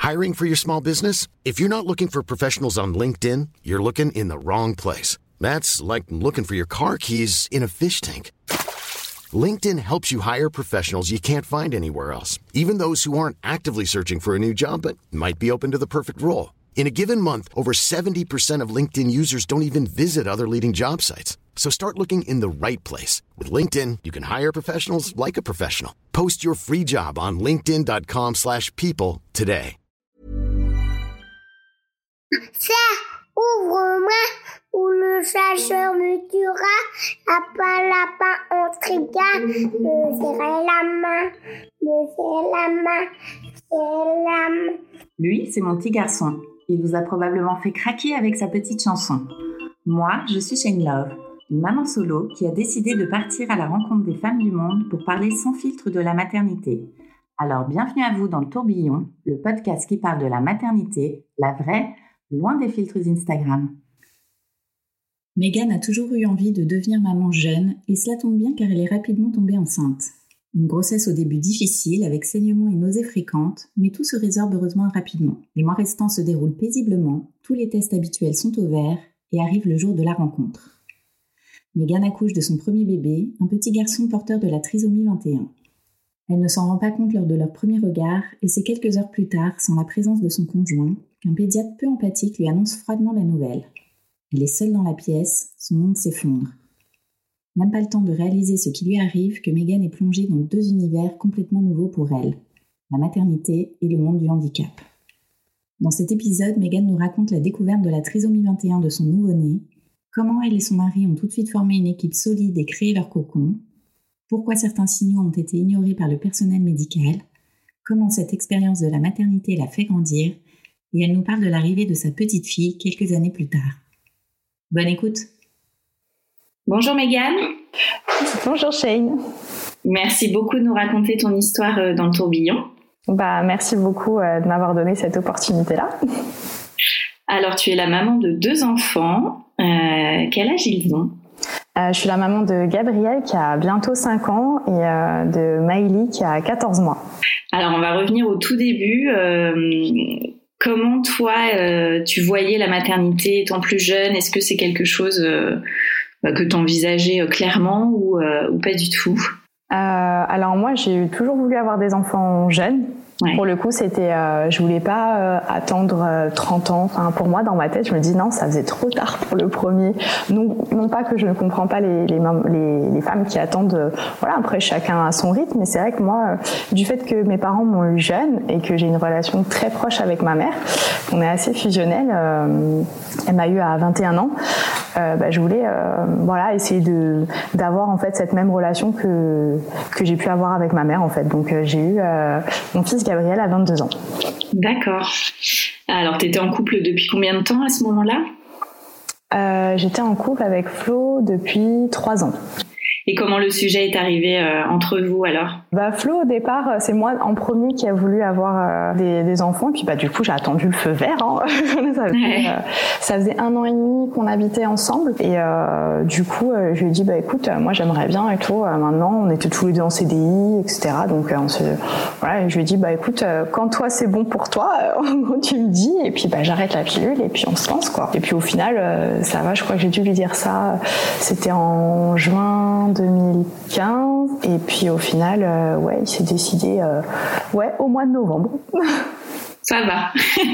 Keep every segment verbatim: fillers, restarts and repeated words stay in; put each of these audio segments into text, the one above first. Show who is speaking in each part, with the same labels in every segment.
Speaker 1: Hiring for your small business? If you're not looking for professionals on LinkedIn, you're looking in the wrong place. That's like looking for your car keys in a fish tank. LinkedIn helps you hire professionals you can't find anywhere else, even those who aren't actively searching for a new job but might be open to the perfect role. In a given month, over seventy percent of LinkedIn users don't even visit other leading job sites. So start looking in the right place. With LinkedIn, you can hire professionals like a professional. Post your free job on linkedin.com slash people today.
Speaker 2: Serre, ouvre-moi, ou le chasseur me tuera. Lapin, lapin, intrigant, me serrer la main, me serrer la main, serrer la main.
Speaker 3: Lui, c'est mon petit garçon. Il vous a probablement fait craquer avec sa petite chanson. Moi, je suis Shane Love, une maman solo qui a décidé de partir à la rencontre des femmes du monde pour parler sans filtre de la maternité. Alors, bienvenue à vous dans le Tourbillon, le podcast qui parle de la maternité, la vraie, loin des filtres Instagram. Megan a toujours eu envie de devenir maman jeune, et cela tombe bien car elle est rapidement tombée enceinte. Une grossesse au début difficile, avec saignements et nausées fréquentes, mais tout se résorbe heureusement rapidement. Les mois restants se déroulent paisiblement, tous les tests habituels sont au vert, et arrive le jour de la rencontre. Megan accouche de son premier bébé, un petit garçon porteur de la trisomie vingt et un. Elle ne s'en rend pas compte lors de leur premier regard, et c'est quelques heures plus tard, sans la présence de son conjoint, qu'un pédiatre peu empathique lui annonce froidement la nouvelle. Elle est seule dans la pièce, son monde s'effondre. Même pas le temps de réaliser ce qui lui arrive que Megan est plongée dans deux univers complètement nouveaux pour elle, la maternité et le monde du handicap. Dans cet épisode, Megan nous raconte la découverte de la trisomie vingt et un de son nouveau-né, comment elle et son mari ont tout de suite formé une équipe solide et créé leur cocon, pourquoi certains signaux ont été ignorés par le personnel médical, comment cette expérience de la maternité l'a fait grandir, et elle nous parle de l'arrivée de sa petite fille quelques années plus tard. Bonne écoute. Bonjour Megan.
Speaker 4: Bonjour Shane.
Speaker 3: Merci beaucoup de nous raconter ton histoire dans le tourbillon.
Speaker 4: Bah, merci beaucoup de m'avoir donné cette opportunité-là.
Speaker 3: Alors, tu es la maman de deux enfants. Euh, quel âge ils ont ?
Speaker 4: euh, Je suis la maman de Gabriel qui a bientôt cinq ans et euh, de Maëlie qui a quatorze mois.
Speaker 3: Alors, on va revenir au tout début. Euh, comment toi, euh, tu voyais la maternité étant plus jeune ? Est-ce que c'est quelque chose euh, que tu envisageais clairement ou, euh, ou pas du tout ?
Speaker 4: euh, Alors moi, j'ai toujours voulu avoir des enfants jeunes. Ouais. Pour le coup, c'était, euh, je voulais pas euh, attendre euh, trente ans. Enfin, pour moi, dans ma tête, je me dis non, ça faisait trop tard pour le premier. Non, non pas que je ne comprends pas les les, les, les femmes qui attendent. Euh, voilà, après chacun a son rythme. Mais c'est vrai que moi, euh, du fait que mes parents m'ont eu jeune et que j'ai une relation très proche avec ma mère, on est assez fusionnels. Euh, elle m'a eu à vingt et un ans. Euh, bah, je voulais, euh, voilà, essayer de d'avoir en fait cette même relation que que j'ai pu avoir avec ma mère en fait. Donc euh, j'ai eu euh, mon fils Gabriel à vingt-deux ans.
Speaker 3: D'accord. Alors, tu étais en couple depuis combien de temps à ce moment-là ?
Speaker 4: euh, J'étais en couple avec Flo depuis trois ans.
Speaker 3: Et comment le sujet est arrivé euh, entre vous alors ?
Speaker 4: Bah Flo au départ c'est moi en premier qui a voulu avoir euh, des, des enfants et puis bah du coup j'ai attendu le feu vert. Hein. ça, faisait,
Speaker 3: ouais.
Speaker 4: euh, ça faisait un an et demi qu'on habitait ensemble et euh, du coup euh, je lui ai dit bah écoute euh, moi j'aimerais bien et tout. Euh, maintenant on était tous les deux en C D I et cetera. Donc euh, on se voilà et je lui ai dit bah écoute euh, quand toi c'est bon pour toi euh, tu me dis et puis bah j'arrête la pilule et puis on se lance quoi. Et puis au final euh, ça va je crois que j'ai dû lui dire ça. C'était en juin deux mille quinze et puis au final euh, ouais il s'est décidé euh, ouais au mois de novembre.
Speaker 3: Ça va.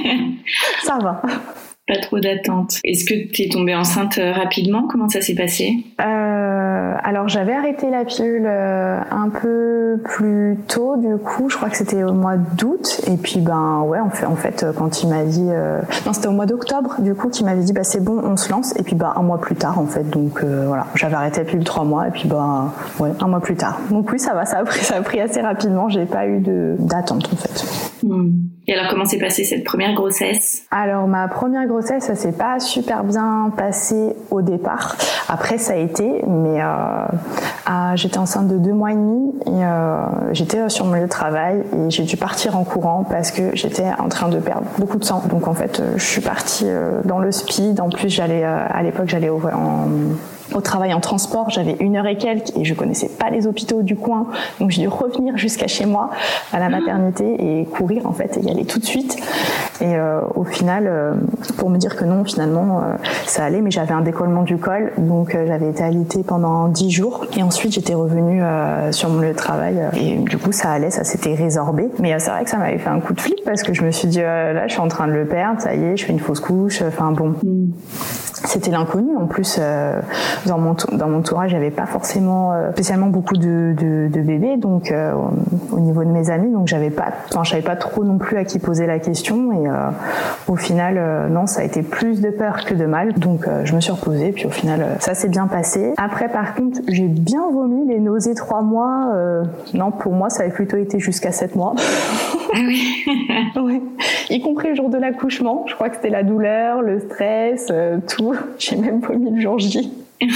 Speaker 4: Ça va.
Speaker 3: Pas trop d'attente. Est-ce que tu es tombée enceinte rapidement ? Comment ça s'est passé ?
Speaker 4: euh, Alors j'avais arrêté la pilule euh, un peu plus tôt du coup, je crois que c'était au mois d'août et puis ben ouais en fait, en fait quand il m'a dit euh... non c'était au mois d'octobre du coup qu'il m'avait dit bah c'est bon on se lance et puis bah un mois plus tard en fait donc euh, voilà j'avais arrêté la pilule trois mois et puis bah ouais un mois plus tard donc oui ça va ça a pris ça a pris assez rapidement j'ai pas eu de d'attente en fait.
Speaker 3: Mmh. Et alors comment s'est passée cette première grossesse ?
Speaker 4: Alors ma première grossesse ça s'est pas super bien passé au départ. Après ça a été mais euh, euh, j'étais enceinte de deux mois et demi et euh, j'étais sur mon lieu de travail et j'ai dû partir en courant parce que j'étais en train de perdre beaucoup de sang. Donc en fait je suis partie euh, dans le speed. En plus j'allais euh, à l'époque j'allais au, en au travail en transport, j'avais une heure et quelques et je connaissais pas les hôpitaux du coin, donc j'ai dû revenir jusqu'à chez moi à la maternité et courir en fait et y aller tout de suite. Et euh, au final, euh, pour me dire que non, finalement, euh, ça allait, mais j'avais un décollement du col, donc euh, j'avais été alitée pendant dix jours. Et ensuite, j'étais revenue euh, sur mon lieu de travail, euh, et du coup, ça allait, ça s'était résorbé. Mais euh, c'est vrai que ça m'avait fait un coup de flip, parce que je me suis dit, euh, là, je suis en train de le perdre, ça y est, je fais une fausse couche, enfin bon... Mm. C'était l'inconnu. En plus, euh, dans mon dans mon entourage, j'avais pas forcément euh, spécialement beaucoup de, de, de bébés, donc euh, au niveau de mes amis, donc j'avais pas, enfin, je savais pas trop non plus à qui poser la question. Et euh, au final, euh, non, ça a été plus de peur que de mal. Donc euh, je me suis reposée, puis au final, euh, ça s'est bien passé. Après, par contre, j'ai bien vomi les nausées trois mois. Euh, non, pour moi, ça avait plutôt été jusqu'à sept mois. Ouais. Y compris le jour de l'accouchement. Je crois que c'était la douleur, le stress, euh, tout. J'ai même vomi le jour J.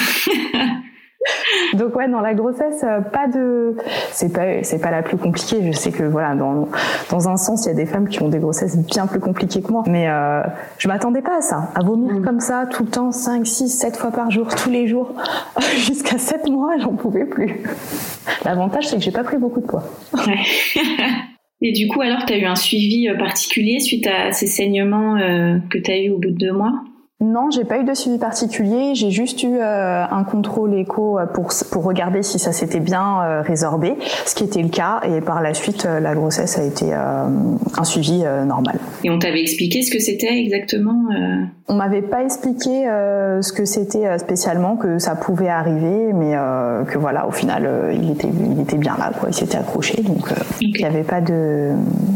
Speaker 4: Donc ouais, dans la grossesse, pas de, c'est pas, c'est pas la plus compliquée. Je sais que voilà, dans dans un sens, il y a des femmes qui ont des grossesses bien plus compliquées que moi. Mais euh, je m'attendais pas à ça, à vomir mmh. comme ça tout le temps, cinq, six, sept fois par jour, tous les jours, jusqu'à sept mois, j'en pouvais plus. L'avantage, c'est que j'ai pas pris beaucoup de poids. Ouais.
Speaker 3: Et du coup, alors, tu as eu un suivi particulier suite à ces saignements euh, que tu as eu au bout de deux mois ?
Speaker 4: Non, j'ai pas eu de suivi particulier. J'ai juste eu euh, un contrôle écho pour pour regarder si ça s'était bien euh, résorbé, ce qui était le cas. Et par la suite, euh, la grossesse a été euh, un suivi euh, normal.
Speaker 3: Et on t'avait expliqué ce que c'était exactement euh...
Speaker 4: On m'avait pas expliqué euh, ce que c'était spécialement, que ça pouvait arriver, mais euh, que voilà, au final, euh, il était il était bien là, quoi. Il s'était accroché, donc euh, okay. Il y avait pas de.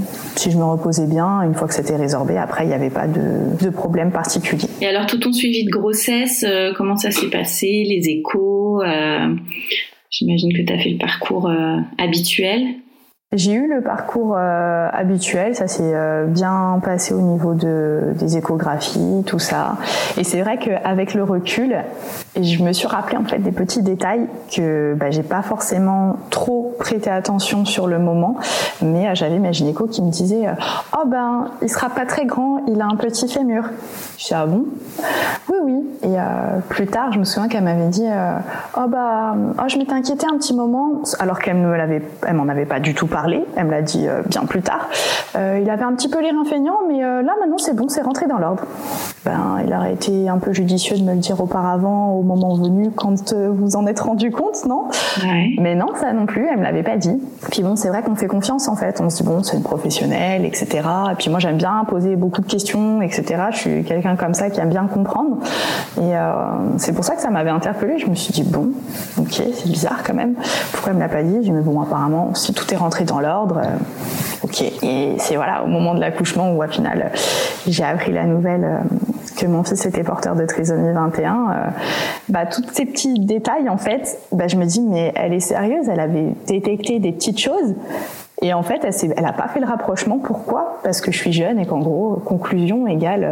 Speaker 4: Si je me reposais bien, une fois que c'était résorbé, après il y avait pas de de problème particulier.
Speaker 3: Et alors tout ton suivi de grossesse, euh, comment ça s'est passé, les échos, euh, j'imagine que tu as fait le parcours euh, habituel.
Speaker 4: J'ai eu le parcours euh, habituel, ça s'est euh, bien passé au niveau de, des échographies, tout ça. Et c'est vrai qu'avec le recul, je me suis rappelé en fait des petits détails que bah, j'ai pas forcément trop prêté attention sur le moment, mais euh, j'avais ma gynéco qui me disait euh, « Oh ben, il sera pas très grand, il a un petit fémur ». Je dis « Ah bon ?» Oui, oui. Et euh, plus tard, je me souviens qu'elle m'avait dit euh, « Oh bah, oh, je m'étais inquiétée un petit moment », alors qu'elle me l'avait, elle m'en avait pas du tout parlé. Elle me l'a dit euh, bien plus tard. Euh, il avait un petit peu l'air feignant, mais euh, là maintenant c'est bon, c'est rentré dans l'ordre. Ben, il aurait été un peu judicieux de me le dire auparavant, au moment venu, quand euh, vous en êtes rendu compte, non ? Ouais. Mais non, ça non plus, elle me l'avait pas dit. Puis bon, c'est vrai qu'on fait confiance en fait. On se dit bon, c'est une professionnelle, et cetera. Et puis moi j'aime bien poser beaucoup de questions, et cetera. Je suis quelqu'un comme ça qui aime bien comprendre. Et euh, c'est pour ça que ça m'avait interpellée. Je me suis dit bon, ok, c'est bizarre quand même. Pourquoi elle me l'a pas dit ? J'ai dit mais bon, apparemment, si tout est rentré dans l'ordre, euh, ok. Et c'est voilà, au moment de l'accouchement où, au final, j'ai appris la nouvelle euh, que mon fils était porteur de trisomie vingt et un, euh, bah, tous ces petits détails, en fait, bah, je me dis, mais elle est sérieuse, elle avait détecté des petites choses. Et en fait, elle, s'est, elle a pas fait le rapprochement. Pourquoi ? Parce que je suis jeune et qu'en gros, conclusion égale...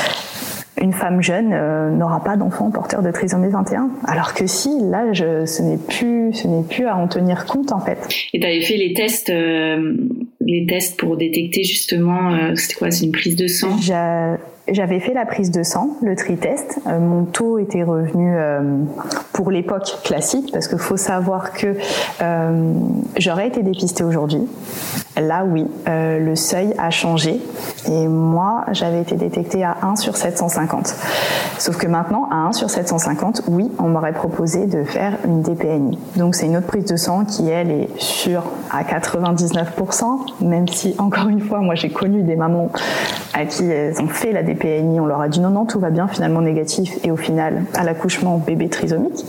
Speaker 4: Une femme jeune euh, n'aura pas d'enfant porteur de trisomie vingt et un, alors que si, là, je, ce n'est plus, ce n'est plus à en tenir compte en fait.
Speaker 3: Et tu avais fait les tests, euh, les tests pour détecter justement, euh, c'était quoi, c'est une prise de sang ?
Speaker 4: J'ai... J'avais fait la prise de sang, le tri-test. Euh, mon taux était revenu euh, pour l'époque classique, parce qu'il faut savoir que euh, j'aurais été dépistée aujourd'hui. Là, oui, euh, le seuil a changé. Et moi, j'avais été détectée à un sur sept cent cinquante. Sauf que maintenant, à un sur sept cent cinquante, oui, on m'aurait proposé de faire une D P N I. Donc, c'est une autre prise de sang qui, elle, est sûre à quatre-vingt-dix-neuf pour cent, même si, encore une fois, moi, j'ai connu des mamans à qui elles ont fait la D P N I, on leur a dit non, non, tout va bien, finalement négatif, et au final, à l'accouchement, bébé trisomique.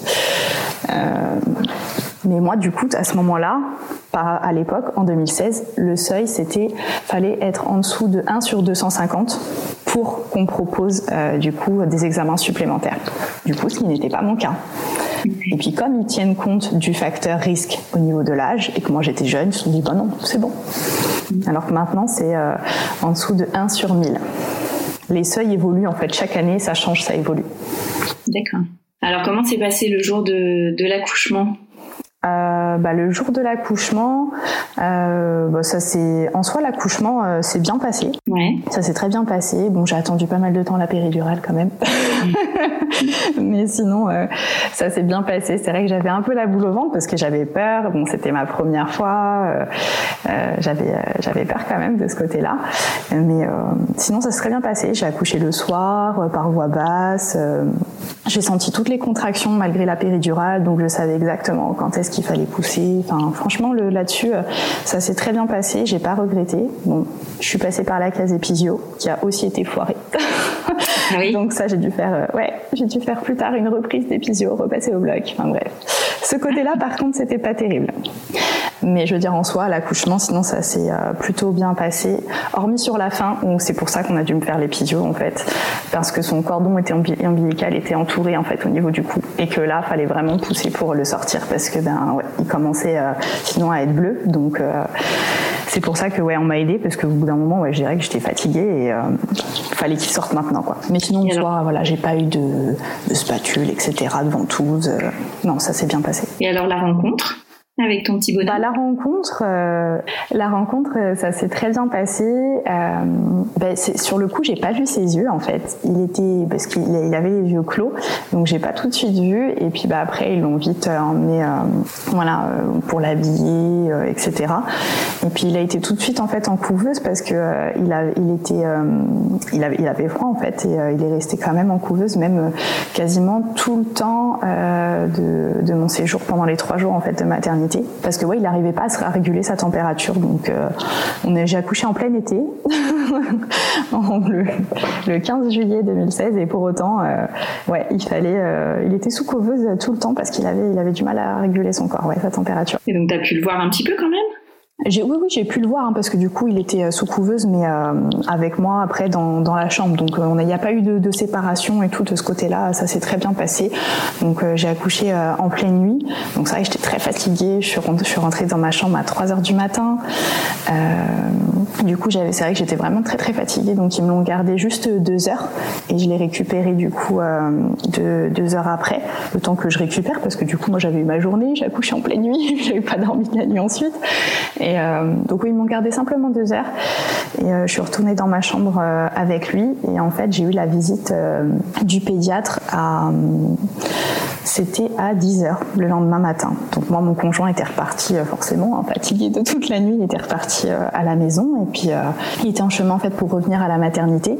Speaker 4: Euh, mais moi, du coup, à ce moment-là, à l'époque, en deux mille seize, le seuil, c'était, fallait être en dessous de un sur deux cent cinquante pour qu'on propose, euh, du coup, des examens supplémentaires. Du coup, ce qui n'était pas mon cas. Et puis, comme ils tiennent compte du facteur risque au niveau de l'âge, et que moi j'étais jeune, ils se sont dit, bah non, c'est bon. Alors que maintenant, c'est euh, en dessous de un sur mille. Les seuils évoluent, en fait, chaque année, ça change, ça évolue.
Speaker 3: D'accord. Alors, comment s'est passé le jour de, de l'accouchement ?
Speaker 4: Euh, bah, le jour de l'accouchement, euh, bah, ça c'est en soi l'accouchement euh, s'est bien passé.
Speaker 3: Ouais.
Speaker 4: Ça s'est très bien passé. Bon, j'ai attendu pas mal de temps la péridurale quand même, mais sinon euh, ça s'est bien passé. C'est vrai que j'avais un peu la boule au ventre parce que j'avais peur. Bon, c'était ma première fois, euh, euh, j'avais euh, j'avais peur quand même de ce côté-là. Mais euh, sinon ça s'est très bien passé. J'ai accouché le soir euh, par voie basse. Euh, j'ai senti toutes les contractions malgré la péridurale, donc je savais exactement quand est-ce qu'il fallait pousser. Enfin, franchement, le, là-dessus, ça s'est très bien passé. J'ai pas regretté. Bon, je suis passée par la case épisio, qui a aussi été foirée.
Speaker 3: Oui.
Speaker 4: Donc ça, j'ai dû faire, euh, ouais, j'ai dû faire plus tard une reprise d'épisio, repasser au bloc. Enfin bref. Ce côté-là, par contre, c'était pas terrible. Mais je veux dire, en soi, l'accouchement, sinon, ça s'est euh, plutôt bien passé. Hormis sur la fin, où c'est pour ça qu'on a dû me faire l'épisio, en fait. Parce que son cordon était ombi- ombilical était entouré, en fait, au niveau du cou. Et que là, fallait vraiment pousser pour le sortir. Parce que, ben, ouais, il commençait, euh, sinon, à être bleu. Donc, euh, c'est pour ça que, ouais, on m'a aidé. Parce qu'au bout d'un moment, ouais, je dirais que j'étais fatiguée et euh, fallait qu'il sorte maintenant, quoi. Mais sinon, en soi, voilà, j'ai pas eu de, de spatule, et cetera, de ventouse. Euh, non, ça s'est bien passé.
Speaker 3: Et alors, la rencontre avec ton petit bonhomme?
Speaker 4: Bah, la rencontre, euh, la rencontre, ça s'est très bien passé. Euh, bah, c'est, sur le coup, j'ai pas vu ses yeux en fait. Il était parce qu'il il avait les yeux clos, donc j'ai pas tout de suite vu. Et puis bah après, ils l'ont vite emmené, euh, voilà, euh, pour l'habiller, euh, et cetera. Et puis il a été tout de suite en fait en couveuse parce que euh, il a, il était, euh, il avait, il avait froid en fait et euh, il est resté quand même en couveuse, même euh, quasiment tout le temps euh, de, de mon séjour pendant les trois jours en fait de maternité. Parce que ouais, il n'arrivait pas à réguler sa température. Donc, euh, on est, j'ai accouché en plein été, le, le quinze juillet deux mille seize, et pour autant, euh, ouais, il fallait, euh, il était sous couveuse tout le temps parce qu'il avait, il avait du mal à réguler son corps, ouais, sa température.
Speaker 3: Et donc, t'as pu le voir un petit peu quand même?
Speaker 4: J'ai, oui, oui, j'ai pu le voir hein, parce que du coup, il était sous couveuse, mais euh, avec moi après dans, dans la chambre. Donc, il n'y a, a pas eu de, de séparation et tout de ce côté-là. Ça s'est très bien passé. Donc, euh, j'ai accouché euh, en pleine nuit. Donc, c'est vrai que j'étais très fatiguée. Je suis, je suis rentrée dans ma chambre à trois heures du matin. Euh, du coup, j'avais, c'est vrai que j'étais vraiment très très fatiguée. Donc, ils me l'ont gardé juste deux heures et je l'ai récupéré du coup euh, deux, deux heures après, le temps que je récupère parce que du coup, moi, j'avais eu ma journée. J'ai accouché en pleine nuit. J'avais pas dormi de la nuit ensuite. Et euh, donc oui, ils m'ont gardé simplement deux heures et euh, je suis retournée dans ma chambre euh, avec lui et en fait j'ai eu la visite euh, du pédiatre à, c'était à dix heures le lendemain matin. Donc moi mon conjoint était reparti euh, forcément hein, fatigué de toute la nuit, il était reparti euh, à la maison et puis euh, il était en chemin en fait pour revenir à la maternité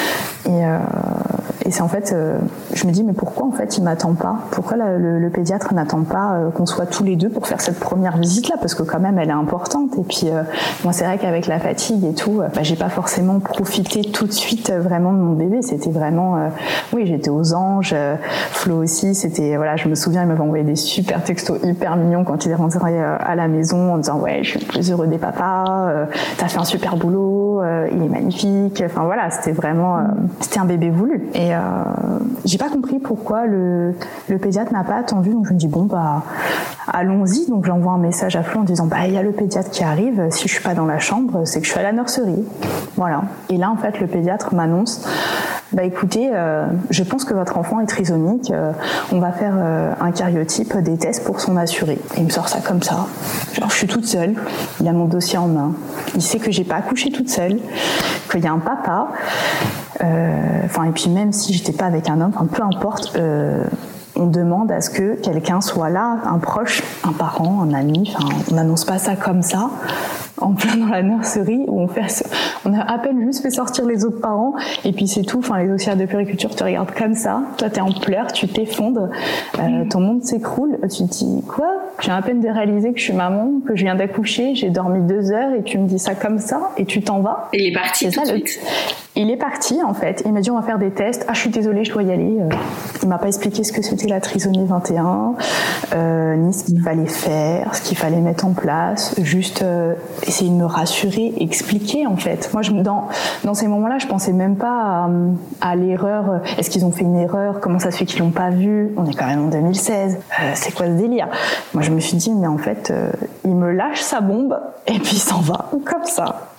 Speaker 4: et euh, Et c'est en fait, euh, je me dis mais pourquoi en fait il m'attend pas? Pourquoi la, le, le pédiatre n'attend pas euh, qu'on soit tous les deux pour faire cette première visite là? Parce que quand même elle est importante. Et puis euh, moi c'est vrai qu'avec la fatigue et tout, euh, bah, j'ai pas forcément profité tout de suite euh, vraiment de mon bébé. C'était vraiment, euh, oui j'étais aux anges. Euh, Flo aussi, c'était voilà, je me souviens il m'avait envoyé des super textos hyper mignons quand il est rentré euh, à la maison en disant ouais je suis le plus heureux des papas, euh, t'as fait un super boulot, euh, il est magnifique. Enfin voilà, c'était vraiment, euh, c'était un bébé voulu. Et euh, j'ai pas compris pourquoi le, le pédiatre n'a pas attendu, donc je me dis bon bah allons-y. Donc j'envoie un message à Flo en disant bah il y a le pédiatre qui arrive, si je suis pas dans la chambre c'est que je suis à la nurserie. Voilà. Et là en fait le pédiatre m'annonce bah écoutez, euh, je pense que votre enfant est trisomique, euh, on va faire euh, un cariotype, des tests pour s'en assurer. Et il me sort ça comme ça, genre je suis toute seule, il a mon dossier en main, il sait que j'ai pas accouché toute seule, qu'il y a un papa, enfin euh, et puis même si j'étais pas avec un homme, enfin peu importe, euh, on demande à ce que quelqu'un soit là, un proche, un parent, un ami, enfin on n'annonce pas ça comme ça. En plein dans la nurserie où on fait, on a à peine juste fait sortir les autres parents et puis c'est tout. Enfin, les auxiliaires de puériculture te regardent comme ça. Toi, t'es en pleurs, tu t'effondres, euh, ton monde s'écroule. Tu te dis quoi? J'ai à peine de réaliser que je suis maman, que je viens d'accoucher, j'ai dormi deux heures et tu me dis ça comme ça et tu t'en vas.
Speaker 3: Et il est parti tout de suite.
Speaker 4: Il est parti en fait. Il m'a dit on va faire des tests. Ah, je suis désolée, je dois y aller. Il m'a pas expliqué ce que c'était la trisomie vingt et un, euh, ni ce qu'il fallait faire, ce qu'il fallait mettre en place. Juste euh, essayer de me rassurer, expliquer en fait. Moi, je, dans dans ces moments-là, je pensais même pas à, à l'erreur. Est-ce qu'ils ont fait une erreur? Comment ça se fait qu'ils l'ont pas vu? On est quand même en deux mille seize. Euh, c'est quoi ce délire? Moi, je me suis dit mais en fait, euh, il me lâche sa bombe et puis il s'en va comme ça.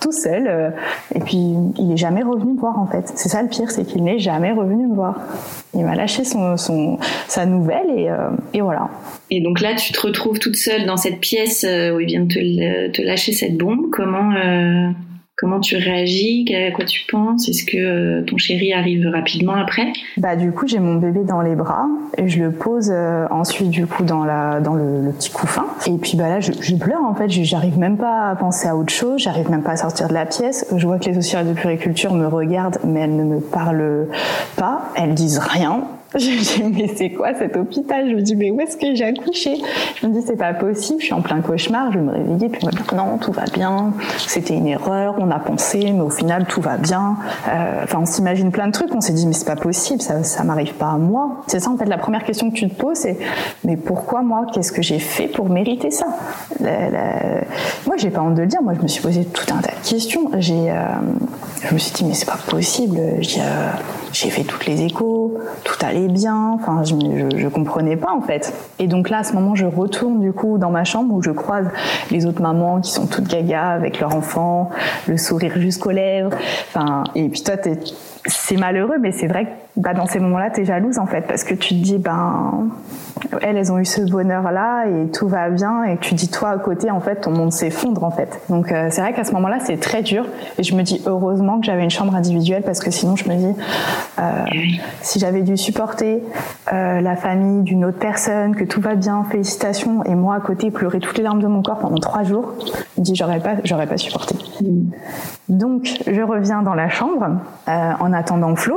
Speaker 4: tout seul. Euh, et puis, il est jamais revenu me voir, en fait. C'est ça le pire, c'est qu'il n'est jamais revenu me voir. Il m'a lâché son, son, sa nouvelle et, euh, et voilà.
Speaker 3: Et donc là, tu te retrouves toute seule dans cette pièce où il vient de te, te lâcher cette bombe. Comment, euh, comment tu réagis ? À quoi tu penses ? Est-ce que euh, ton chéri arrive rapidement après ?
Speaker 4: Bah du coup, j'ai mon bébé dans les bras et je le pose euh, ensuite du coup dans la dans le, le petit couffin. Et puis bah là, je, je pleure en fait. J'arrive même pas à penser à autre chose. J'arrive même pas à sortir de la pièce. Je vois que les auxiliaires de puériculture me regardent, mais elles ne me parlent pas. Elles disent rien. Je me dis, mais c'est quoi cet hôpital ? Je me dis, mais où est-ce que j'ai accouché ? Je me dis, c'est pas possible, je suis en plein cauchemar, je vais me réveiller, puis me dire, non, tout va bien, c'était une erreur, on a pensé, mais au final, tout va bien. Euh, enfin, on s'imagine plein de trucs, on s'est dit, mais c'est pas possible, ça, ça m'arrive pas à moi. C'est ça, en fait, la première question que tu te poses, c'est, mais pourquoi moi ? Qu'est-ce que j'ai fait pour mériter ça ? la, la... Moi, j'ai pas honte de le dire, moi, je me suis posé tout un tas de questions. J'ai, euh... je me suis dit, mais c'est pas possible, j'ai, euh... j'ai fait toutes les échos, tout allait bien, enfin je, je, je comprenais pas en fait. Et donc là à ce moment je retourne du coup dans ma chambre où je croise les autres mamans qui sont toutes gaga avec leur enfant, le sourire jusqu'aux lèvres, enfin et puis toi t'es, c'est malheureux mais c'est vrai que bah, dans ces moments-là t'es jalouse en fait parce que tu te dis ben elles, elles ont eu ce bonheur-là et tout va bien et tu te dis toi à côté en fait ton monde s'effondre en fait. Donc euh, c'est vrai qu'à ce moment-là c'est très dur et je me dis heureusement que j'avais une chambre individuelle parce que sinon je me dis euh, si j'avais dû supporter euh, la famille d'une autre personne, que tout va bien, félicitations, et moi à côté pleurer toutes les larmes de mon corps pendant trois jours, je me dis j'aurais pas, j'aurais pas supporté. Mmh. Donc je reviens dans la chambre euh, en attendant Flo.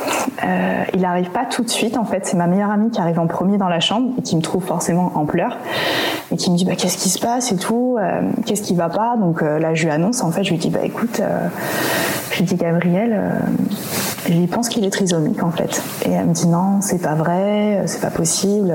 Speaker 4: Euh, il arrive pas tout de suite en fait, c'est ma meilleure amie qui arrive en premier dans la chambre et qui me trouve forcément en pleurs et qui me dit bah qu'est-ce qui se passe et tout, euh, qu'est-ce qui va pas. Donc euh, là je lui annonce en fait, je lui dis bah écoute, euh, je lui dis Gabriel, euh, je pense qu'il est trisomique en fait. Et elle me dit non c'est pas vrai, c'est pas possible.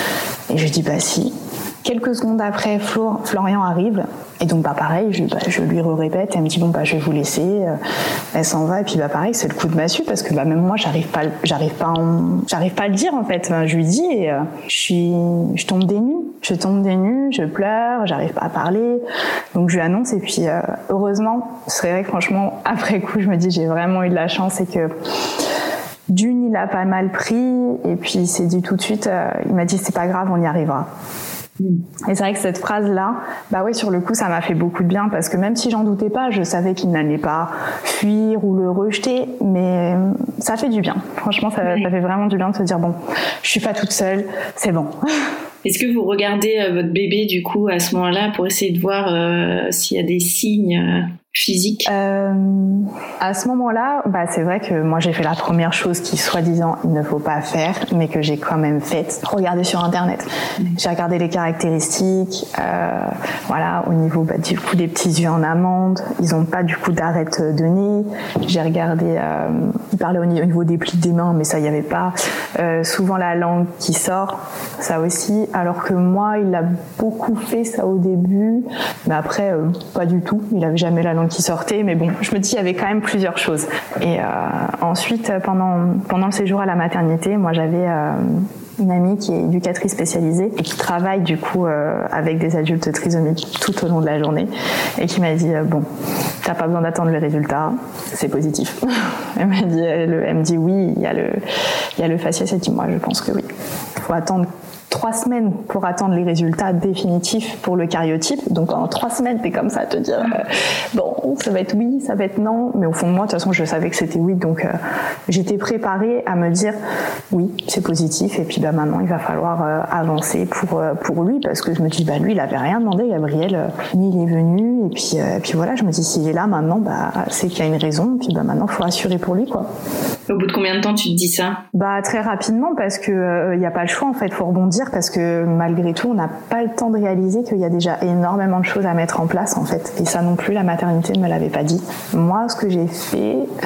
Speaker 4: Et je lui dis bah si. Quelques secondes après, Flo, Florian arrive. Et donc, bah, pareil, je, bah, je lui répète. Elle me dit, bon, bah, je vais vous laisser. Elle s'en va. Et puis, bah, pareil, c'est le coup de massue parce que, bah, même moi, j'arrive pas, j'arrive pas, en, j'arrive pas à le dire, en fait. Je lui dis et euh, je suis, je tombe des nues. Je tombe des nues, je pleure, j'arrive pas à parler. Donc, je lui annonce. Et puis, euh, heureusement, c'est vrai que franchement, après coup, je me dis, j'ai vraiment eu de la chance et que, d'une, il a pas mal pris. Et puis, il s'est dit tout de suite, euh, il m'a dit, c'est pas grave, on y arrivera. Et c'est vrai que cette phrase-là, bah ouais, sur le coup, ça m'a fait beaucoup de bien parce que même si j'en doutais pas, je savais qu'il n'allait pas fuir ou le rejeter, mais ça fait du bien. Franchement, ça, ça fait vraiment du bien de se dire bon, je suis pas toute seule, c'est bon.
Speaker 3: Est-ce que vous regardez euh, votre bébé du coup à ce moment-là pour essayer de voir euh, s'il y a des signes euh, physiques ?
Speaker 4: euh, À ce moment-là, bah c'est vrai que moi j'ai fait la première chose qui soi-disant il ne faut pas faire, mais que j'ai quand même faite. Regarder sur internet. Mmh. J'ai regardé les caractéristiques, euh, voilà, au niveau bah, du coup des petits yeux en amande, ils ont pas du coup d'arête de nez. J'ai regardé, euh, il parlait au niveau des plis des mains, mais ça il y avait pas. Euh, souvent la langue qui sort, ça aussi. Alors que moi, il a beaucoup fait ça au début, mais après, euh, pas du tout. Il avait jamais la langue qui sortait, mais bon, je me dis, il y avait quand même plusieurs choses. Et euh, ensuite, pendant pendant le séjour à la maternité, moi, j'avais euh, une amie qui est éducatrice spécialisée et qui travaille du coup euh, avec des adultes trisomiques tout au long de la journée et qui m'a dit, euh, bon, t'as pas besoin d'attendre le résultat, c'est positif. Elle m'a dit, elle, elle me dit oui, il y a le il y a le faciès. Elle dit, moi, je pense que oui. Il faut attendre trois semaines pour attendre les résultats définitifs pour le cariotype. Donc en trois semaines, t'es comme ça à te dire euh, bon, ça va être oui, ça va être non. Mais au fond de moi, de toute façon, je savais que c'était oui. Donc euh, j'étais préparée à me dire oui, c'est positif. Et puis bah maintenant, il va falloir euh, avancer pour euh, pour lui parce que je me dis bah lui, il avait rien demandé, Gabriel. Euh, lui, il est venu et puis euh, et puis voilà, je me dis s'il est là maintenant, bah c'est qu'il y a une raison. Et puis bah maintenant, faut assurer pour lui quoi.
Speaker 3: Au bout de combien de temps tu te dis ça ?
Speaker 4: Bah très rapidement parce que il euh, y a pas le choix en fait, faut rebondir parce que malgré tout, on n'a pas le temps de réaliser qu'il y a déjà énormément de choses à mettre en place en fait. Et ça non plus, la maternité ne me l'avait pas dit. Moi, ce que j'ai fait, euh,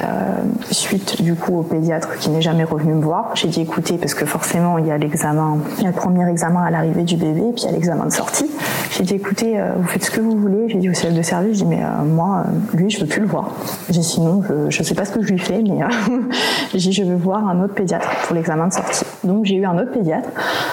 Speaker 4: suite du coup au pédiatre qui n'est jamais revenu me voir, j'ai dit écoutez, parce que forcément il y a l'examen, il y a le premier examen à l'arrivée du bébé, et puis il y a l'examen de sortie. J'ai dit écoutez, euh, vous faites ce que vous voulez. J'ai dit au chef de service, j'ai dit mais euh, moi, euh, lui, je veux plus le voir. J'ai dit sinon, je, je sais pas ce que je lui fais, mais euh, j'ai dit je veux voir un autre pédiatre pour l'examen de sortie. Donc j'ai eu un autre pédiatre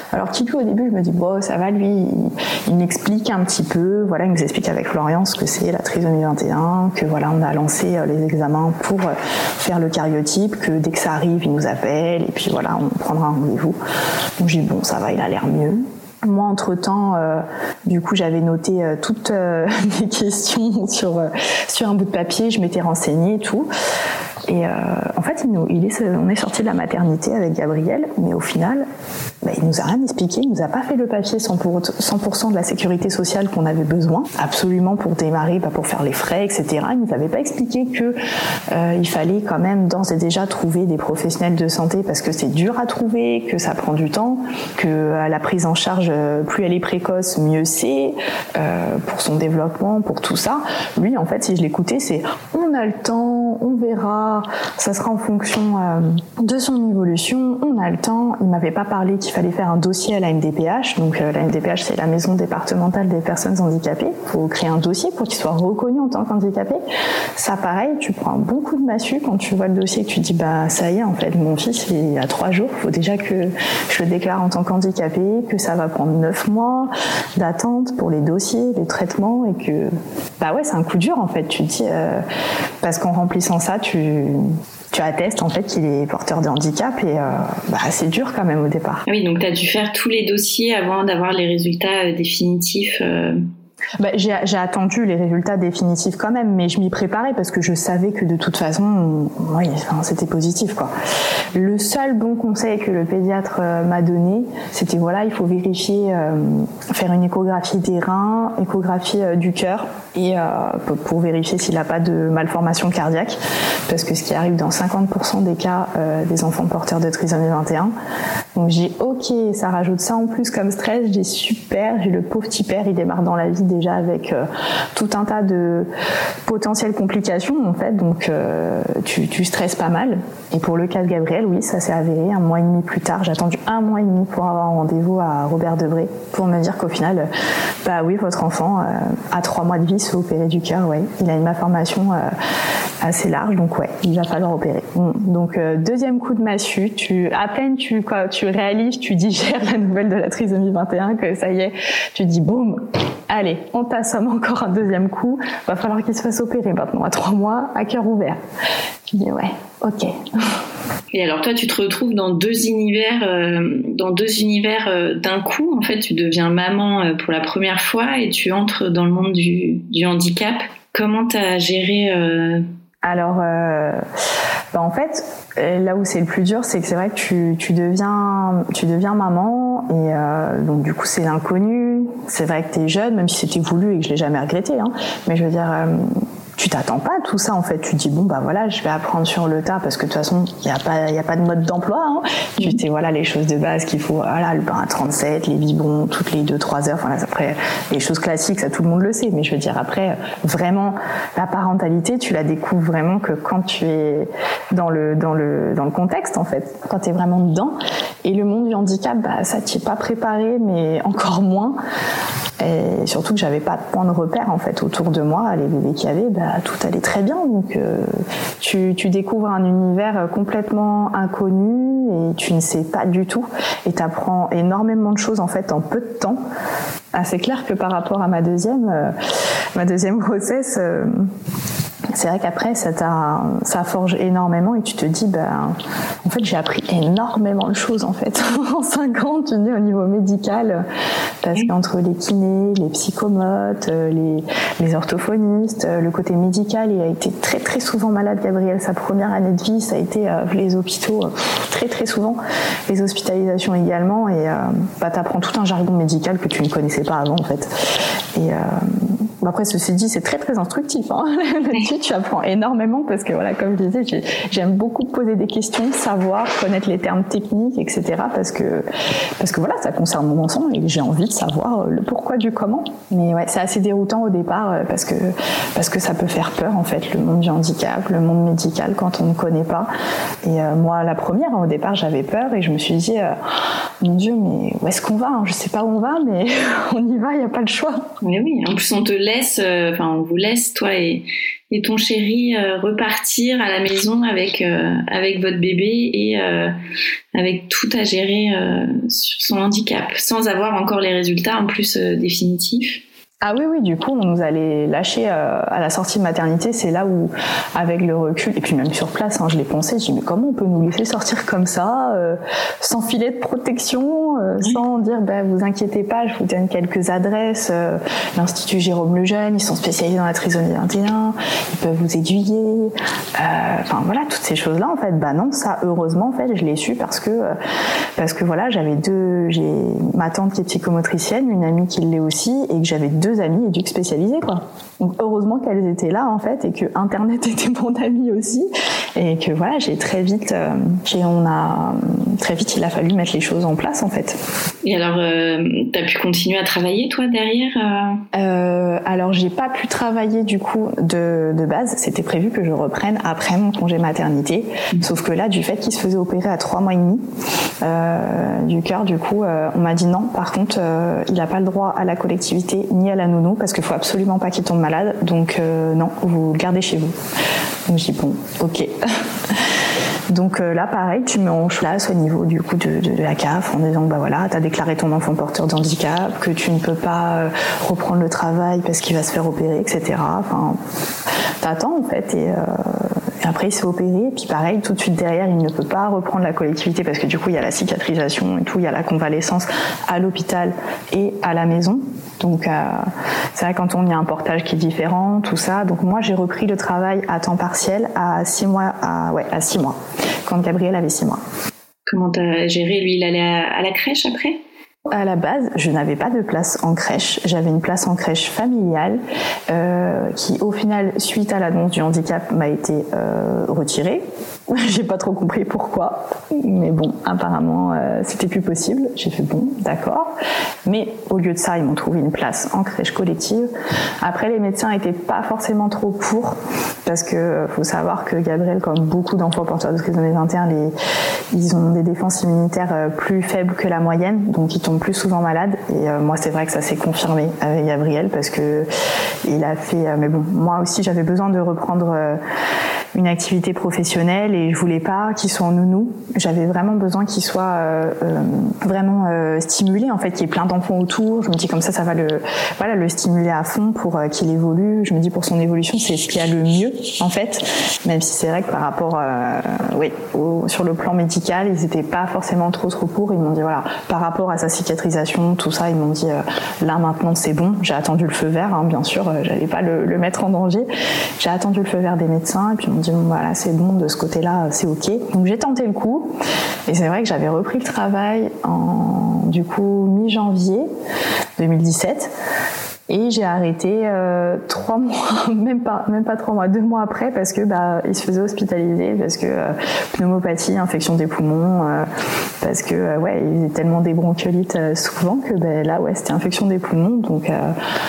Speaker 4: Alors Kikou, au début, je me dis, bon, ça va, lui, il, il m'explique un petit peu, voilà, il nous explique avec Florian ce que c'est la trisomie vingt et un, que voilà, on a lancé les examens pour faire le cariotype, que dès que ça arrive, il nous appelle, et puis voilà, on prendra un rendez-vous. Donc j'ai dit, bon, ça va, il a l'air mieux. Moi, entre-temps, euh, du coup, j'avais noté euh, toutes euh, mes questions sur, euh, sur un bout de papier, je m'étais renseignée et tout. Et euh, en fait, il nous, il est, on est sorti de la maternité avec Gabriel, mais au final, bah, il nous a rien expliqué, il nous a pas fait le papier cent pour cent de la sécurité sociale qu'on avait besoin, absolument pour démarrer, bah, pour faire les frais, et cetera. Il nous avait pas expliqué que euh, il fallait quand même d'ores et déjà trouver des professionnels de santé parce que c'est dur à trouver, que ça prend du temps, que euh, la prise en charge, euh, plus elle est précoce, mieux c'est euh, pour son développement, pour tout ça. Lui, en fait, si je l'écoutais, c'est on a le temps, on verra. Ça sera en fonction euh, de son évolution, on a le temps. Il m'avait pas parlé qu'il fallait faire un dossier à la M D P H, donc euh, la M D P H c'est la maison départementale des personnes handicapées. Il faut créer un dossier pour qu'il soit reconnu en tant qu'handicapé. Ça pareil, tu prends un bon coup de massue quand tu vois le dossier et que tu dis bah ça y est, en fait mon fils il a trois jours, il faut déjà que je le déclare en tant qu'handicapé, que ça va prendre neuf mois d'attente pour les dossiers, les traitements, et que bah ouais c'est un coup dur en fait. Tu te dis euh, parce qu'en remplissant ça tu tu attestes en fait qu'il est porteur de handicap et euh, bah, c'est dur quand même au départ.
Speaker 5: Oui, donc tu as dû faire tous les dossiers avant d'avoir les résultats euh, définitifs euh...
Speaker 4: Bah, j'ai, j'ai attendu les résultats définitifs quand même, mais je m'y préparais parce que je savais que de toute façon, oui, enfin, c'était positif, quoi. Le seul bon conseil que le pédiatre euh, m'a donné, c'était voilà, il faut vérifier, euh, faire une échographie des reins, échographie euh, du cœur, et euh, pour vérifier s'il n'a pas de malformation cardiaque, parce que ce qui arrive dans cinquante pour cent des cas euh, des enfants porteurs de trisomie vingt et un. Donc j'ai ok, ça rajoute ça en plus comme stress, j'ai super, j'ai le pauvre petit père, il démarre dans la vie déjà avec euh, tout un tas de potentielles complications en fait, donc euh, tu, tu stresses pas mal. Et pour le cas de Gabriel, oui, ça s'est avéré un mois et demi plus tard. J'ai attendu un mois et demi pour avoir un rendez-vous à Robert Debré pour me dire qu'au final, bah oui, votre enfant euh, a trois mois de vie, se fait opérer du cœur, ouais. Il a une malformation euh, assez large, donc ouais, il va falloir opérer. Donc euh, deuxième coup de massue, tu à peine tu quoi, tu réalises, tu digères la nouvelle de la trisomie vingt et un, que ça y est, tu dis boum, allez, on t'assomme encore un deuxième coup, va falloir qu'il se fasse opérer maintenant à trois mois, à cœur ouvert. Tu dis ouais, ok.
Speaker 5: Et alors toi, tu te retrouves dans deux univers, euh, dans deux univers euh, d'un coup. En fait, tu deviens maman euh, pour la première fois et tu entres dans le monde du, du handicap. Comment t'as géré euh...
Speaker 4: Alors, euh, bah en fait, là où c'est le plus dur, c'est que c'est vrai que tu, tu deviens, tu deviens maman et euh, donc du coup c'est l'inconnu. C'est vrai que t'es jeune, même si c'était voulu et que je l'ai jamais regretté. Hein, mais je veux dire. Euh, tu t'attends pas à tout ça en fait, tu te dis bon bah voilà, je vais apprendre sur le tas parce que de toute façon il y a pas il y a pas de mode d'emploi, hein. Tu sais voilà les choses de base qu'il faut, voilà le bain à trente-sept, les biberons toutes les deux trois heures, enfin là, après les choses classiques ça tout le monde le sait, mais je veux dire après vraiment la parentalité tu la découvres vraiment que quand tu es dans le dans le dans le contexte en fait, quand tu es vraiment dedans. Et le monde du handicap bah ça t'y est pas préparé, mais encore moins. Et surtout que j'avais pas de point de repère en fait autour de moi, les bébés qu'il y avait, bah, tout allait très bien. Donc euh, tu, tu découvres un univers complètement inconnu et tu ne sais pas du tout. Et tu apprends énormément de choses en fait en peu de temps. Ah, c'est clair que par rapport à ma deuxième, euh, ma deuxième grossesse. Euh, C'est vrai qu'après, ça, t'a, ça forge énormément et tu te dis, ben, en fait, j'ai appris énormément de choses, en fait. En cinq ans, tu dis, au niveau médical, parce qu'entre les kinés, les psychomotes, les, les orthophonistes, le côté médical, il a été très, très souvent malade, Gabriel. Sa première année de vie, ça a été euh, les hôpitaux, euh, très, très souvent. Les hospitalisations également. Et euh, bah, t'apprends tout un jargon médical que tu ne connaissais pas avant, en fait. Et euh, après, ceci dit, c'est très, très instructif. Hein. Là-dessus, tu apprends énormément parce que, voilà, comme je disais, j'aime beaucoup poser des questions, savoir, connaître les termes techniques, et cetera. Parce que, parce que voilà, ça concerne mon enfant et j'ai envie de savoir le pourquoi du comment. Mais ouais, c'est assez déroutant au départ parce que, parce que ça peut faire peur, en fait, le monde du handicap, le monde médical quand on ne connaît pas. Et euh, moi, la première, au départ, j'avais peur et je me suis dit, euh, mon Dieu, mais où est-ce qu'on va hein? Je sais pas où on va, mais on y va, il n'y a pas le choix.
Speaker 5: Mais oui, en plus, on te laisse, enfin, euh, on vous laisse, toi et, et ton chéri euh, repartir à la maison avec euh, avec votre bébé et euh, avec tout à gérer euh, sur son handicap, sans avoir encore les résultats en plus euh, définitifs.
Speaker 4: Ah oui, oui, du coup, on nous allait lâcher euh, à la sortie de maternité. C'est là où, avec le recul, et puis même sur place, hein, je l'ai pensé, je dis, mais comment on peut nous laisser sortir comme ça, euh, sans filet de protection, euh, oui. sans dire, bah, vous inquiétez pas, je vous donne quelques adresses. Euh, L'Institut Jérôme Lejeune, ils sont spécialisés dans la trisomie vingt et un, ils peuvent vous aiguiller. Enfin, euh, voilà, toutes ces choses-là, en fait, bah non, ça, heureusement, en fait, je l'ai su parce que, euh, parce que voilà, j'avais deux, j'ai ma tante qui est psychomotricienne, une amie qui l'est aussi, et que j'avais deux amis éduques spécialisés, quoi. Donc heureusement qu'elles étaient là en fait et que Internet était mon ami aussi et que voilà, j'ai très vite euh, j'ai, on a très vite il a fallu mettre les choses en place en fait.
Speaker 5: Et alors euh, t'as pu continuer à travailler toi derrière euh...
Speaker 4: Euh, alors j'ai pas pu travailler du coup de, de base, c'était prévu que je reprenne après mon congé maternité, mmh. sauf que là du fait qu'il se faisait opérer à trois mois et demi euh, du cœur, du coup euh, on m'a dit non, par contre euh, il a pas le droit à la collectivité ni à la nounou parce qu'il faut absolument pas qu'il tombe malade, donc euh, non, vous le gardez chez vous. Donc je dis bon, ok. Donc euh, là pareil, tu mets en place au niveau du coup de, de, de la C A F en disant bah voilà, t'as déclaré ton enfant porteur de handicap, que tu ne peux pas euh, reprendre le travail parce qu'il va se faire opérer, et cetera. Enfin, t'attends en fait et, euh, et après il se fait opérer, et puis pareil, tout de suite derrière, il ne peut pas reprendre la collectivité parce que du coup il y a la cicatrisation et tout, il y a la convalescence à l'hôpital et à la maison. Donc euh, c'est vrai quand on y a un portage qui est différent, tout ça. Donc moi j'ai repris le travail à temps partiel à six mois, à ouais à six mois, quand Gabriel avait six mois.
Speaker 5: Comment t'as géré? Lui, il allait à, à la crèche après?
Speaker 4: À la base, je n'avais pas de place en crèche. J'avais une place en crèche familiale euh, qui, au final, suite à l'annonce du handicap, m'a été euh, retirée. J'ai pas trop compris pourquoi, mais bon, apparemment, euh, c'était plus possible. J'ai fait bon, d'accord. Mais au lieu de ça, ils m'ont trouvé une place en crèche collective. Après, les médecins étaient pas forcément trop pour, parce que faut savoir que Gabriel, comme beaucoup d'enfants porteurs de trisomie vingt et un, les, ils ont des défenses immunitaires plus faibles que la moyenne, donc ils tombent plus souvent malades. Et euh, moi, c'est vrai que ça s'est confirmé avec Gabriel parce que il a fait. Euh, mais bon, moi aussi, j'avais besoin de reprendre. Euh, une activité professionnelle et je voulais pas qu'il soit en nounou. J'avais vraiment besoin qu'il soit euh, euh, vraiment euh, stimulé, en fait, qu'il y ait plein d'enfants autour. Je me dis comme ça, ça va le, voilà, le stimuler à fond pour euh, qu'il évolue. Je me dis pour son évolution, c'est ce qu'il y a le mieux, en fait. Même si c'est vrai que par rapport, euh, oui, au, sur le plan médical, ils étaient pas forcément trop trop pour. Ils m'ont dit voilà, par rapport à sa cicatrisation, tout ça, ils m'ont dit euh, là maintenant c'est bon. J'ai attendu le feu vert, hein, bien sûr, euh, j'allais pas le, le mettre en danger. J'ai attendu le feu vert des médecins et puis ils m'ont dit bon, voilà, c'est bon, de ce côté-là, c'est ok. Donc j'ai tenté le coup et c'est vrai que j'avais repris le travail en du coup mi-janvier deux mille dix-sept et j'ai arrêté euh, trois mois, même pas, même pas trois mois, deux mois après parce que bah il se faisait hospitaliser parce que euh, pneumopathie, infection des poumons, euh, parce que euh, ouais, il faisait tellement des bronchiolites euh, souvent que bah, là ouais, c'était infection des poumons, donc euh,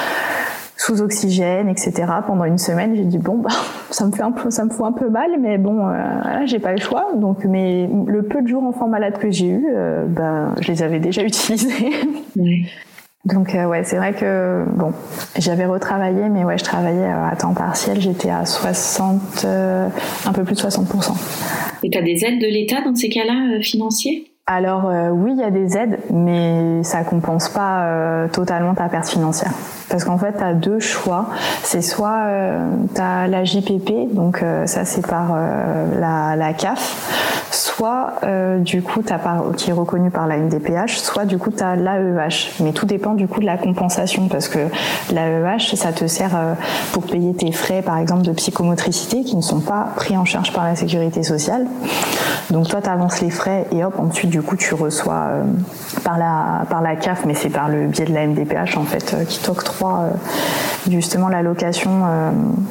Speaker 4: sous oxygène, et cetera. Pendant une semaine, j'ai dit bon bah ça me fait un peu, ça me fout un peu mal, mais bon, euh, là j'ai pas le choix. Donc, mais le peu de jours enfants malades que j'ai eu, euh, bah je les avais déjà utilisés. Oui. Donc euh, ouais, c'est vrai que bon, j'avais retravaillé, mais ouais, je travaillais à temps partiel. J'étais à soixante, euh, un peu plus de soixante pour cent.
Speaker 5: Et t'as des aides de l'État dans ces cas-là, euh, financiers?
Speaker 4: Alors euh, oui, il y a des aides, mais ça compense pas euh, totalement ta perte financière. Parce qu'en fait, tu as deux choix. C'est soit euh, tu as la J P P, donc euh, ça c'est par euh, la, la C A F, soit euh, du coup t'as par, qui est reconnue par la M D P H, soit du coup tu as l'A E H. Mais tout dépend du coup de la compensation, parce que l'A E H, ça te sert euh, pour payer tes frais, par exemple, de psychomotricité qui ne sont pas pris en charge par la sécurité sociale. Donc toi, tu avances les frais et hop, ensuite du coup tu reçois euh, par la par la C A F, mais c'est par le biais de la M D P H en fait euh, qui t'octroie euh, justement l'allocation euh,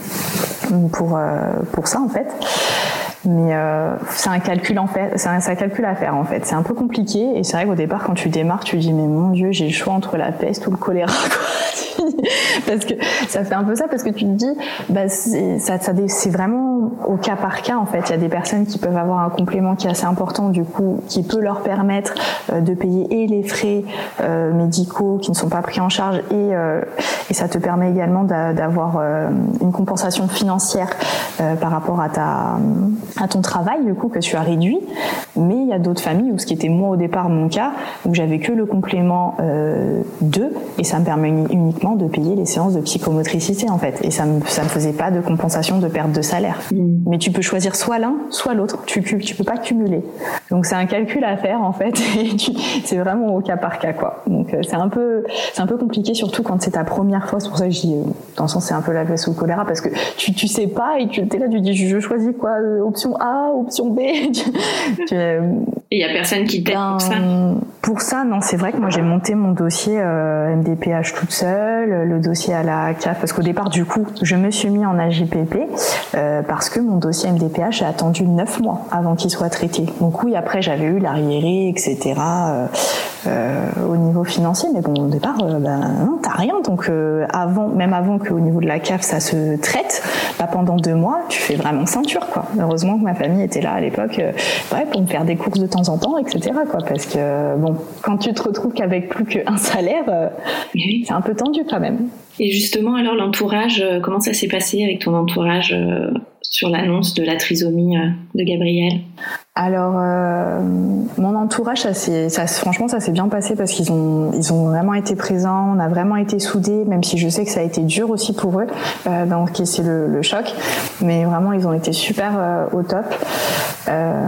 Speaker 4: pour euh, pour ça en fait. Mais euh, c'est un calcul en fait, c'est un, c'est un calcul à faire en fait. C'est un peu compliqué et c'est vrai qu'au départ quand tu démarres, tu dis mais mon Dieu, j'ai le choix entre la peste ou le choléra, quoi. Parce que ça fait un peu ça, parce que tu te dis, bah, c'est, ça, ça, c'est vraiment au cas par cas, en fait. Il y a des personnes qui peuvent avoir un complément qui est assez important, du coup, qui peut leur permettre euh, de payer et les frais euh, médicaux qui ne sont pas pris en charge, et, euh, et ça te permet également d'a, d'avoir euh, une compensation financière euh, par rapport à, ta, à ton travail, du coup, que tu as réduit. Mais il y a d'autres familles où, ce qui était moi au départ mon cas, où j'avais que le complément euh, deux, et ça me permet uniquement de payer les séances de psychomotricité, en fait, et ça me ça me faisait pas de compensation de perte de salaire. Mmh. Mais tu peux choisir soit l'un, soit l'autre. Tu tu peux pas cumuler. Donc c'est un calcul à faire, en fait, et tu, c'est vraiment au cas par cas, quoi. Donc c'est un peu c'est un peu compliqué, surtout quand c'est ta première fois. C'est pour ça que je dis, dans le sens, c'est un peu la peste ou le choléra, parce que tu tu sais pas, et tu es là, tu dis je choisis quoi, option A, option B. tu, tu,
Speaker 5: il y a personne qui t'aide ben, pour ça.
Speaker 4: Pour ça, non, c'est vrai que moi j'ai monté mon dossier euh, M D P H toute seule, le dossier à la C A F, parce qu'au départ, du coup, je me suis mis en A J P P euh, parce que mon dossier M D P H a attendu neuf mois avant qu'il soit traité. Donc oui, après j'avais eu l'arriéré, et cetera. Euh, euh, au niveau financier, mais bon, au départ, euh, ben non, t'as rien. Donc euh, avant, même avant qu'au niveau de la C A F ça se traite, bah, pendant deux mois, tu fais vraiment ceinture, quoi. Heureusement que ma famille était là à l'époque, euh, ouais, pour me faire des courses de temps en temps, et cetera, quoi. Parce que bon, quand tu te retrouves qu'avec plus qu'un salaire, euh, c'est un peu tendu quand même.
Speaker 5: Et justement, alors l'entourage, comment ça s'est passé avec ton entourage euh, sur l'annonce de la trisomie euh, de Gabriel?
Speaker 4: Alors, euh, mon entourage, ça s'est, ça, franchement, ça s'est bien passé, parce qu'ils ont, ils ont vraiment été présents, on a vraiment été soudés, même si je sais que ça a été dur aussi pour eux euh, d'encaisser le, le choc, mais vraiment, ils ont été super euh, au top. Euh,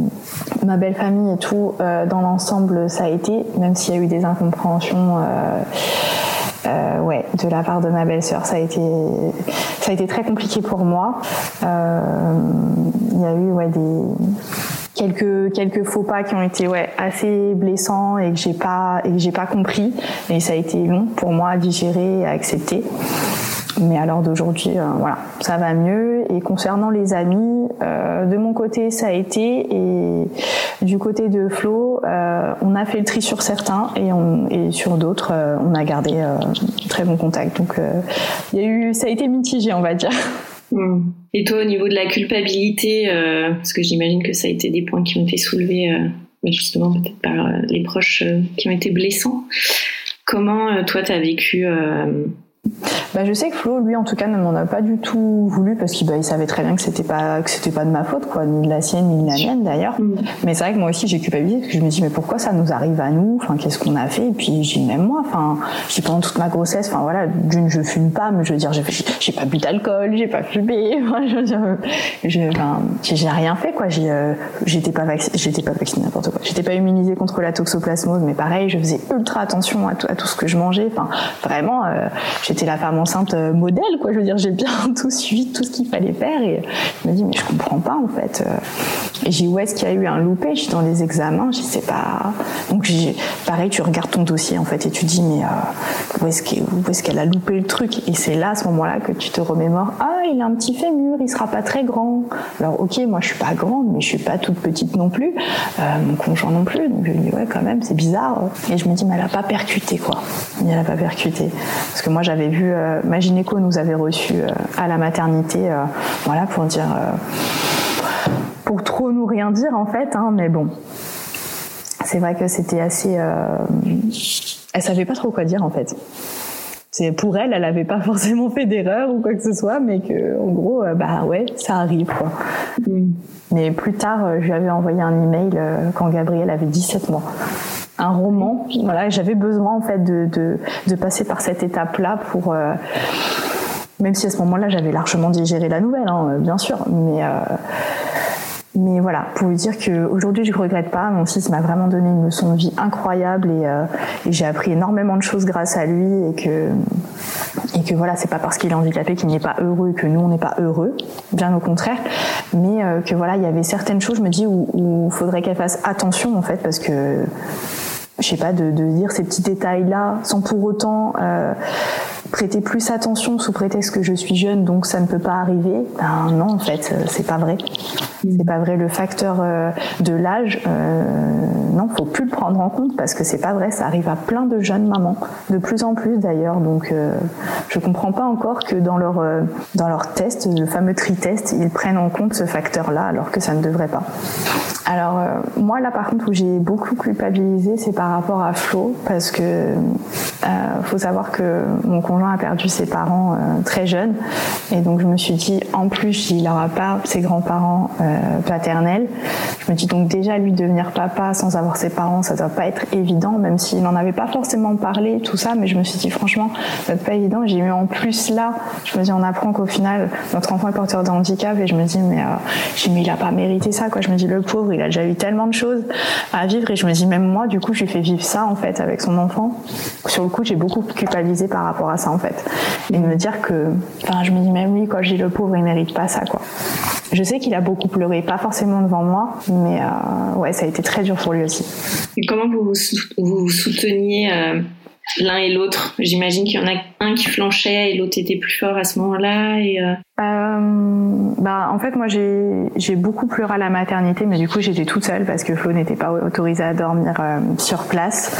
Speaker 4: ma belle famille et tout, euh, dans l'ensemble, ça a été, même s'il y a eu des incompréhensions. Euh, Euh, ouais, de la part de ma belle-sœur, ça a été, ça a été très compliqué pour moi. Euh, il y a eu ouais des quelques quelques faux pas qui ont été ouais assez blessants et que j'ai pas et que j'ai pas compris. Et ça a été long pour moi à digérer et à accepter. Mais à l'heure d'aujourd'hui, euh, voilà, ça va mieux. Et concernant les amis, euh, de mon côté, ça a été, et du côté de Flo, euh, on a fait le tri sur certains, et, on, et sur d'autres, euh, on a gardé euh, très bon contact. Donc, euh, il y a eu, ça a été mitigé, on va dire.
Speaker 5: Mmh. Et toi, au niveau de la culpabilité, euh, parce que j'imagine que ça a été des points qui ont été soulevés, euh, justement peut-être par euh, les proches euh, qui ont été blessants. Comment euh, toi, t'as vécu euh,
Speaker 4: Bah, je sais que Flo, lui, en tout cas, ne m'en a pas du tout voulu, parce qu'il bah, il savait très bien que c'était pas que c'était pas de ma faute, quoi, ni de la sienne, ni de la mienne d'ailleurs. Mmh. Mais c'est vrai que moi aussi, j'ai culpabilisé, parce que je me dis mais pourquoi ça nous arrive à nous, enfin qu'est-ce qu'on a fait? Et puis j'ai même moi, enfin j'ai pendant toute ma grossesse, enfin voilà, d'une je fume pas, mais je veux dire j'ai j'ai, j'ai pas bu d'alcool, j'ai pas fumé, enfin, je veux dire, je, enfin, j'ai, j'ai rien fait, quoi. J'ai euh, j'étais pas vaccinée, j'étais pas vaccinée n'importe quoi. J'étais pas immunisée contre la toxoplasmose, mais pareil, je faisais ultra attention à tout, à tout ce que je mangeais. Enfin vraiment, euh, j'étais la femme enceinte modèle, quoi. Je veux dire, j'ai bien tout suivi, tout ce qu'il fallait faire, et je me dis mais je comprends pas, en fait. Et j'ai dit où est-ce qu'il y a eu un loupé? Je suis dans les examens, je sais pas. Donc j'ai pareil, tu regardes ton dossier, en fait, et tu dis mais euh, où est-ce qu'elle, où est-ce qu'elle a loupé le truc? Et c'est là, à ce moment-là, que tu te remémores, ah, il a un petit fémur, il sera pas très grand. Alors ok, moi je suis pas grande, mais je suis pas toute petite non plus, euh, mon conjoint non plus, donc je me dis ouais, quand même, c'est bizarre. Et je me dis mais elle a pas percuté, quoi. Elle a pas percuté, parce que moi j'avais vu euh, ma gynéco nous avait reçus euh, à la maternité, euh, voilà, pour dire, euh, pour trop nous rien dire, en fait, hein, mais bon, c'est vrai que c'était assez, euh, elle savait pas trop quoi dire, en fait. C'est pour elle, elle avait pas forcément fait d'erreur ou quoi que ce soit, mais que, en gros, euh, bah ouais, ça arrive, quoi. Mm. Mais plus tard, euh, je lui avais envoyé un email euh, quand Gabriel avait dix-sept mois. Un roman, voilà, j'avais besoin, en fait, de, de, de passer par cette étape-là pour, euh, même si à ce moment-là, j'avais largement digéré la nouvelle, hein, bien sûr, mais, euh, mais voilà, pour lui dire qu'aujourd'hui, je ne regrette pas. Mon fils m'a vraiment donné une leçon de vie incroyable, et, euh, et j'ai appris énormément de choses grâce à lui, et que, et que voilà, c'est pas parce qu'il est handicapé qu'il n'est pas heureux, que nous, on n'est pas heureux, bien au contraire, mais euh, que voilà, il y avait certaines choses, je me dis, où il faudrait qu'elle fasse attention, en fait, parce que je sais pas, de, de dire ces petits détails-là, sans pour autant euh, prêter plus attention sous prétexte que je suis jeune, donc ça ne peut pas arriver. Ben non, en fait, c'est pas vrai. C'est pas vrai. Le facteur euh, de l'âge, euh, non, faut plus le prendre en compte parce que c'est pas vrai. Ça arrive à plein de jeunes mamans, de plus en plus d'ailleurs. Donc, euh, je comprends pas encore que dans leur euh, dans leur test, le fameux tri-test, ils prennent en compte ce facteur-là, alors que ça ne devrait pas. Alors euh, moi là, par contre, où j'ai beaucoup culpabilisé, c'est par rapport à Flo, parce que euh, faut savoir que mon conjoint a perdu ses parents euh, très jeunes, et donc je me suis dit, en plus, il n'aura pas ses grands-parents euh, paternels. Je me dis donc déjà, lui devenir papa sans avoir ses parents, ça doit pas être évident, même s'il n'en avait pas forcément parlé, tout ça, mais je me suis dit franchement, ça doit être pas évident. J'ai eu en plus là, je me dis, on apprend qu'au final, notre enfant est porteur de handicap, et je me dis, mais, euh, j'ai dit, mais il a pas mérité ça, quoi. Je me dis, le pauvre, il a déjà eu tellement de choses à vivre, et je me dis, même moi, du coup, je lui fais vivre ça, en fait, avec son enfant. Sur le coup, j'ai beaucoup culpabilisé par rapport à ça, en fait. Et de me dire que, enfin, je me dis, même lui, quoi, je dis, le pauvre, il mérite pas ça, quoi. Je sais qu'il a beaucoup pleuré, pas forcément devant moi, mais euh, ouais, ça a été très dur pour lui aussi.
Speaker 5: Et comment vous vous, vous, vous souteniez euh, l'un et l'autre? J'imagine qu'il y en a un qui flanchait et l'autre était plus fort à ce moment-là. Et euh...
Speaker 4: Euh, bah, en fait, moi, j'ai, j'ai beaucoup pleuré à la maternité, mais du coup, j'étais toute seule parce que Flo n'était pas autorisée à dormir euh, sur place.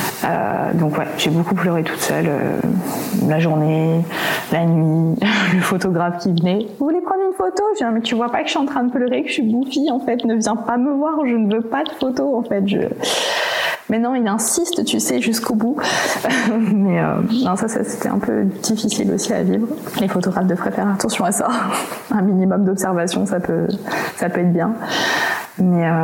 Speaker 4: Euh, donc, ouais, j'ai beaucoup pleuré toute seule euh, la journée, la nuit, le photographe qui venait. Vous voulez prendre une photo? Je dis, mais tu vois pas que je suis en train de pleurer, que je suis bouffie, en fait. Ne viens pas me voir, je ne veux pas de photo, en fait. Je... Mais non, il insiste, tu sais, jusqu'au bout. Mais euh, non, ça, ça, c'était un peu difficile aussi à vivre. Les photographes devraient faire attention à ça. Un minimum d'observation, ça peut, ça peut être bien. Mais euh,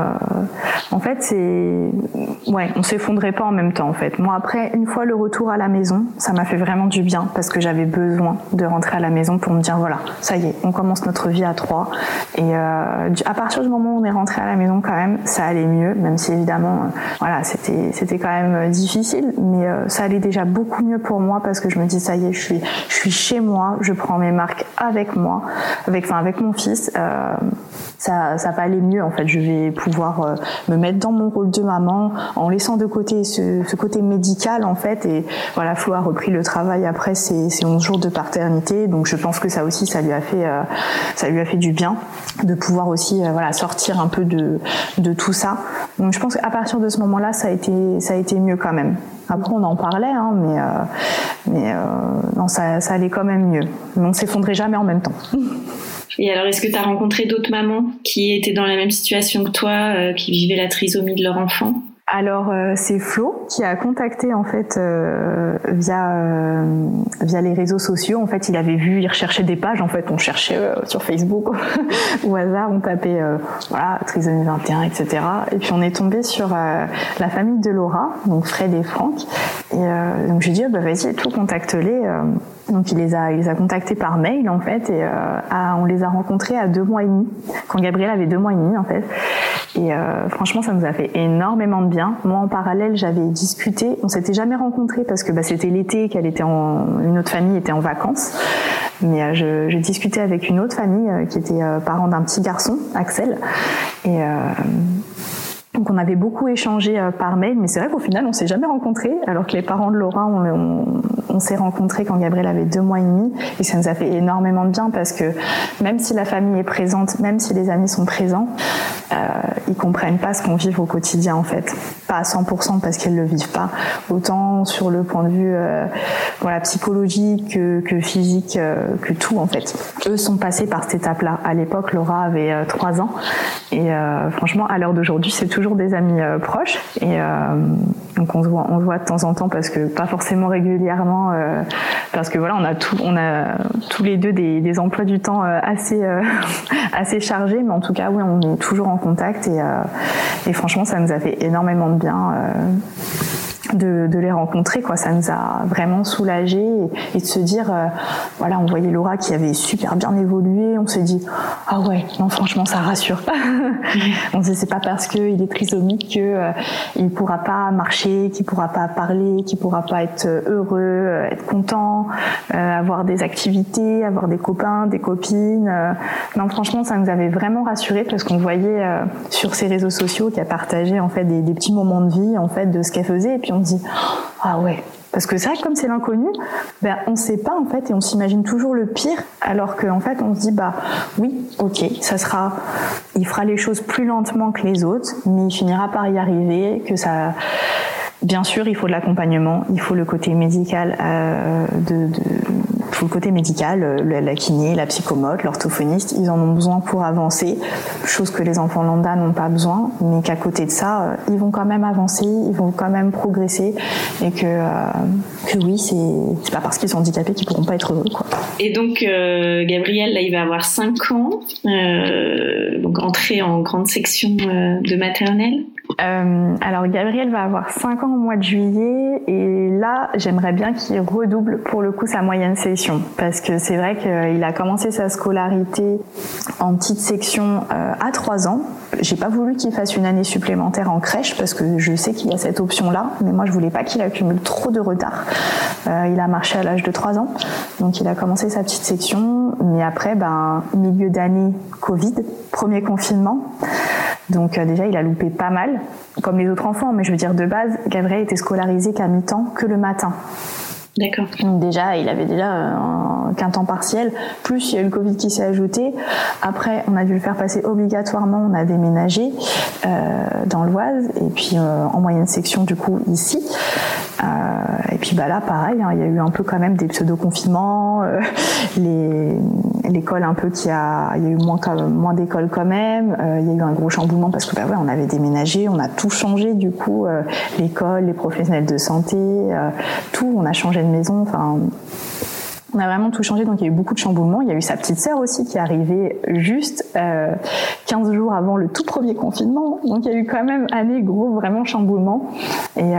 Speaker 4: en fait, c'est... Ouais, on s'effondrait pas en même temps, en fait. Moi, après, une fois le retour à la maison, ça m'a fait vraiment du bien parce que j'avais besoin de rentrer à la maison pour me dire, voilà, ça y est, on commence notre vie à trois. Et euh, à partir du moment où on est rentré à la maison, quand même, ça allait mieux, même si évidemment, euh, voilà, c'était, c'était quand même difficile, mais euh, ça allait déjà beaucoup mieux pour moi parce que je me dis, ça y est, je suis, je suis chez moi, je prends mes marques avec moi, avec, enfin, avec mon fils, euh, ça, ça va aller mieux, en fait. Je vais pouvoir euh, me mettre dans mon rôle de maman en laissant de côté ce, ce côté médical, en fait. Et voilà, Flo a repris le travail après ses, ses onze jours de paternité, donc je pense que ça aussi, ça lui a fait, euh, ça lui a fait du bien de pouvoir aussi, euh, voilà, sortir un peu de, de tout ça. Donc je pense qu'à partir de ce moment-là, ça a été, ça a été mieux quand même. Après, on en parlait, hein, mais, euh, mais euh, non, ça, ça allait quand même mieux. Mais on s'effondrait jamais en même temps.
Speaker 5: Et alors, est-ce que tu as rencontré d'autres mamans qui étaient dans la même situation que toi, euh, qui vivaient la trisomie de leur enfant?
Speaker 4: Alors euh, c'est Flo qui a contacté en fait euh, via euh, via les réseaux sociaux. En fait, il avait vu, il recherchait des pages. En fait, on cherchait euh, sur Facebook au hasard, on tapait euh, voilà trisomie vingt et un, et cetera. Et puis on est tombé sur euh, la famille de Laura, donc Fred et Franck. Et euh, donc j'ai dit, bah vas-y, tout contacte-les. Euh, Donc il les a, il les a contactés par mail en fait, et euh, à, on les a rencontrés à deux mois et demi, quand Gabriel avait deux mois et demi en fait. Et euh, franchement, ça nous a fait énormément de bien. Moi, en parallèle, j'avais discuté. On s'était jamais rencontrés parce que bah, c'était l'été, qu'elle était en, une autre famille était en vacances. Mais euh, je, je discutais avec une autre famille euh, qui était euh, parent d'un petit garçon, Axel, et euh, donc on avait beaucoup échangé euh, par mail, mais c'est vrai qu'au final on s'est jamais rencontrés, alors que les parents de Laura, on, on, on s'est rencontrés quand Gabriel avait deux mois et demi, et ça nous a fait énormément de bien parce que même si la famille est présente, même si les amis sont présents, euh, ils comprennent pas ce qu'on vit au quotidien en fait, pas à cent pour cent parce qu'ils le vivent pas, autant sur le point de vue euh, voilà psychologique que, que physique, euh, que tout en fait. Eux sont passés par cette étape-là. À l'époque, Laura avait euh, trois ans, et euh, franchement, à l'heure d'aujourd'hui, c'est toujours des amis euh, proches, et euh, donc on se voit on se voit de temps en temps, parce que pas forcément régulièrement, euh, parce que voilà, on a tout on a tous les deux des, des emplois du temps euh, assez euh, assez chargés, mais en tout cas oui, on est toujours en contact, et, euh, et franchement ça nous a fait énormément de bien euh, de, de les rencontrer, quoi. Ça nous a vraiment soulagés, et, et de se dire euh, voilà, on voyait Laura qui avait super bien évolué, on s'est dit ah ouais, non franchement ça rassure. On se dit c'est pas parce que il est trisomique que euh, il pourra pas marcher, qu'il pourra pas parler, qu'il pourra pas être heureux, être content, euh, avoir des activités, avoir des copains, des copines. Euh, non franchement ça nous avait vraiment rassurés, parce qu'on voyait euh, sur ses réseaux sociaux qu'elle partageait en fait des, des petits moments de vie en fait de ce qu'elle faisait, et puis on se dit ah ouais, Parce que c'est vrai que comme c'est l'inconnu, ben, on ne sait pas en fait et on s'imagine toujours le pire, alors qu'en fait on se dit bah oui, ok, ça sera, il fera les choses plus lentement que les autres, mais il finira par y arriver, que ça... Bien sûr, il faut de l'accompagnement, il faut le côté médical, euh, de, de, il faut le côté médical, le, la kiné, la psychomote, l'orthophoniste, ils en ont besoin pour avancer, chose que les enfants lambda n'ont pas besoin, mais qu'à côté de ça, euh, ils vont quand même avancer, ils vont quand même progresser, et que, euh, que oui, c'est, c'est pas parce qu'ils sont handicapés qu'ils pourront pas être heureux, quoi.
Speaker 5: Et donc, euh, Gabriel, là, il va avoir cinq ans, euh, donc entré en grande section euh, de maternelle.
Speaker 4: Euh, alors Gabriel va avoir cinq ans au mois de juillet et là j'aimerais bien qu'il redouble pour le coup sa moyenne section parce que c'est vrai qu'il a commencé sa scolarité en petite section euh, à trois ans. J'ai pas voulu qu'il fasse une année supplémentaire en crèche parce que je sais qu'il y a cette option là, mais moi je voulais pas qu'il accumule trop de retard. Euh, il a marché à l'âge de trois ans, donc il a commencé sa petite section, mais après ben milieu d'année Covid, premier confinement. Donc euh, déjà, il a loupé pas mal, comme les autres enfants. Mais je veux dire, de base, Gabriel était scolarisé qu'à mi-temps, que le matin.
Speaker 5: D'accord.
Speaker 4: Donc déjà, il avait déjà euh, qu'un temps partiel. Plus, il y a eu le Covid qui s'est ajouté. Après, on a dû le faire passer obligatoirement. On a déménagé euh, dans l'Oise. Et puis, euh, en moyenne section, du coup, ici. Euh, et puis bah là, pareil, hein, il y a eu un peu quand même des pseudo-confinements. Euh, les, l'école un peu qui a... Il y a eu moins, moins d'écoles quand même. Euh, il y a eu un gros chamboulement parce que bah ouais, on avait déménagé. On a tout changé, du coup. Euh, l'école, les professionnels de santé, euh, tout. On a changé de maison, enfin, on a vraiment tout changé, donc il y a eu beaucoup de chamboulements. Il y a eu sa petite sœur aussi qui est arrivée juste euh, quinze jours avant le tout premier confinement, donc il y a eu quand même année gros vraiment chamboulement. Et euh,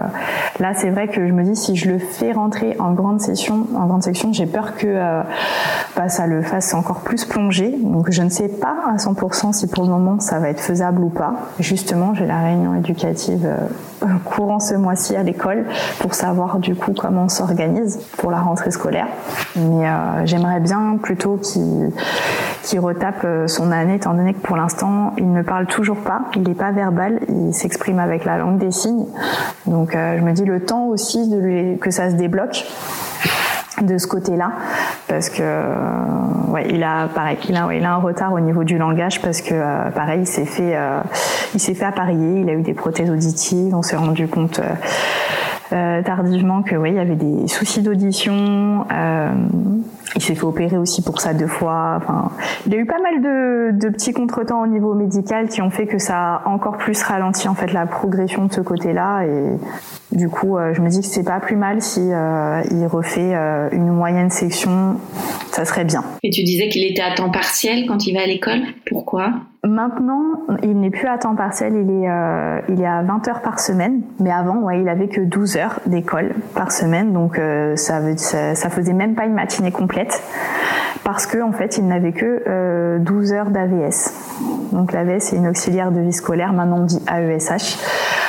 Speaker 4: là c'est vrai que je me dis si je le fais rentrer en grande section, en grande section, j'ai peur que euh, bah, ça le fasse encore plus plonger. Donc je ne sais pas à cent pour cent si pour le moment ça va être faisable ou pas. Justement, j'ai la réunion éducative euh, courant ce mois-ci à l'école pour savoir du coup comment on s'organise pour la rentrée scolaire. Mais euh, j'aimerais bien plutôt qu'il, qu'il retape son année, étant donné que pour l'instant, il ne parle toujours pas, il n'est pas verbal, il s'exprime avec la langue des signes. Donc euh, je me dis le temps aussi de lui, que ça se débloque de ce côté-là, parce que euh, ouais, il a pareil, il a, ouais, il a un retard au niveau du langage parce que euh, pareil, il s'est fait, euh, il s'est fait appareiller, il a eu des prothèses auditives, on s'est rendu compte. Euh, Euh, tardivement que oui, il y avait des soucis d'audition. Euh, il s'est fait opérer aussi pour ça deux fois. Enfin, il a eu pas mal de, de petits contretemps au niveau médical qui ont fait que ça a encore plus ralenti en fait la progression de ce côté-là. Et du coup, euh, je me dis que c'est pas plus mal si euh, il refait euh, une moyenne section, ça serait bien.
Speaker 5: Et tu disais qu'il était à temps partiel quand il va à l'école. Pourquoi ?
Speaker 4: Maintenant, il n'est plus à temps partiel, il est, euh, il est à vingt heures par semaine. Mais avant, ouais, il avait que douze heures d'école par semaine, donc euh, ça, veut, ça, ça faisait même pas une matinée complète, parce que en fait, il n'avait que euh, douze heures d'A V S. Donc l'A V S, c'est une auxiliaire de vie scolaire, maintenant on dit A E S H.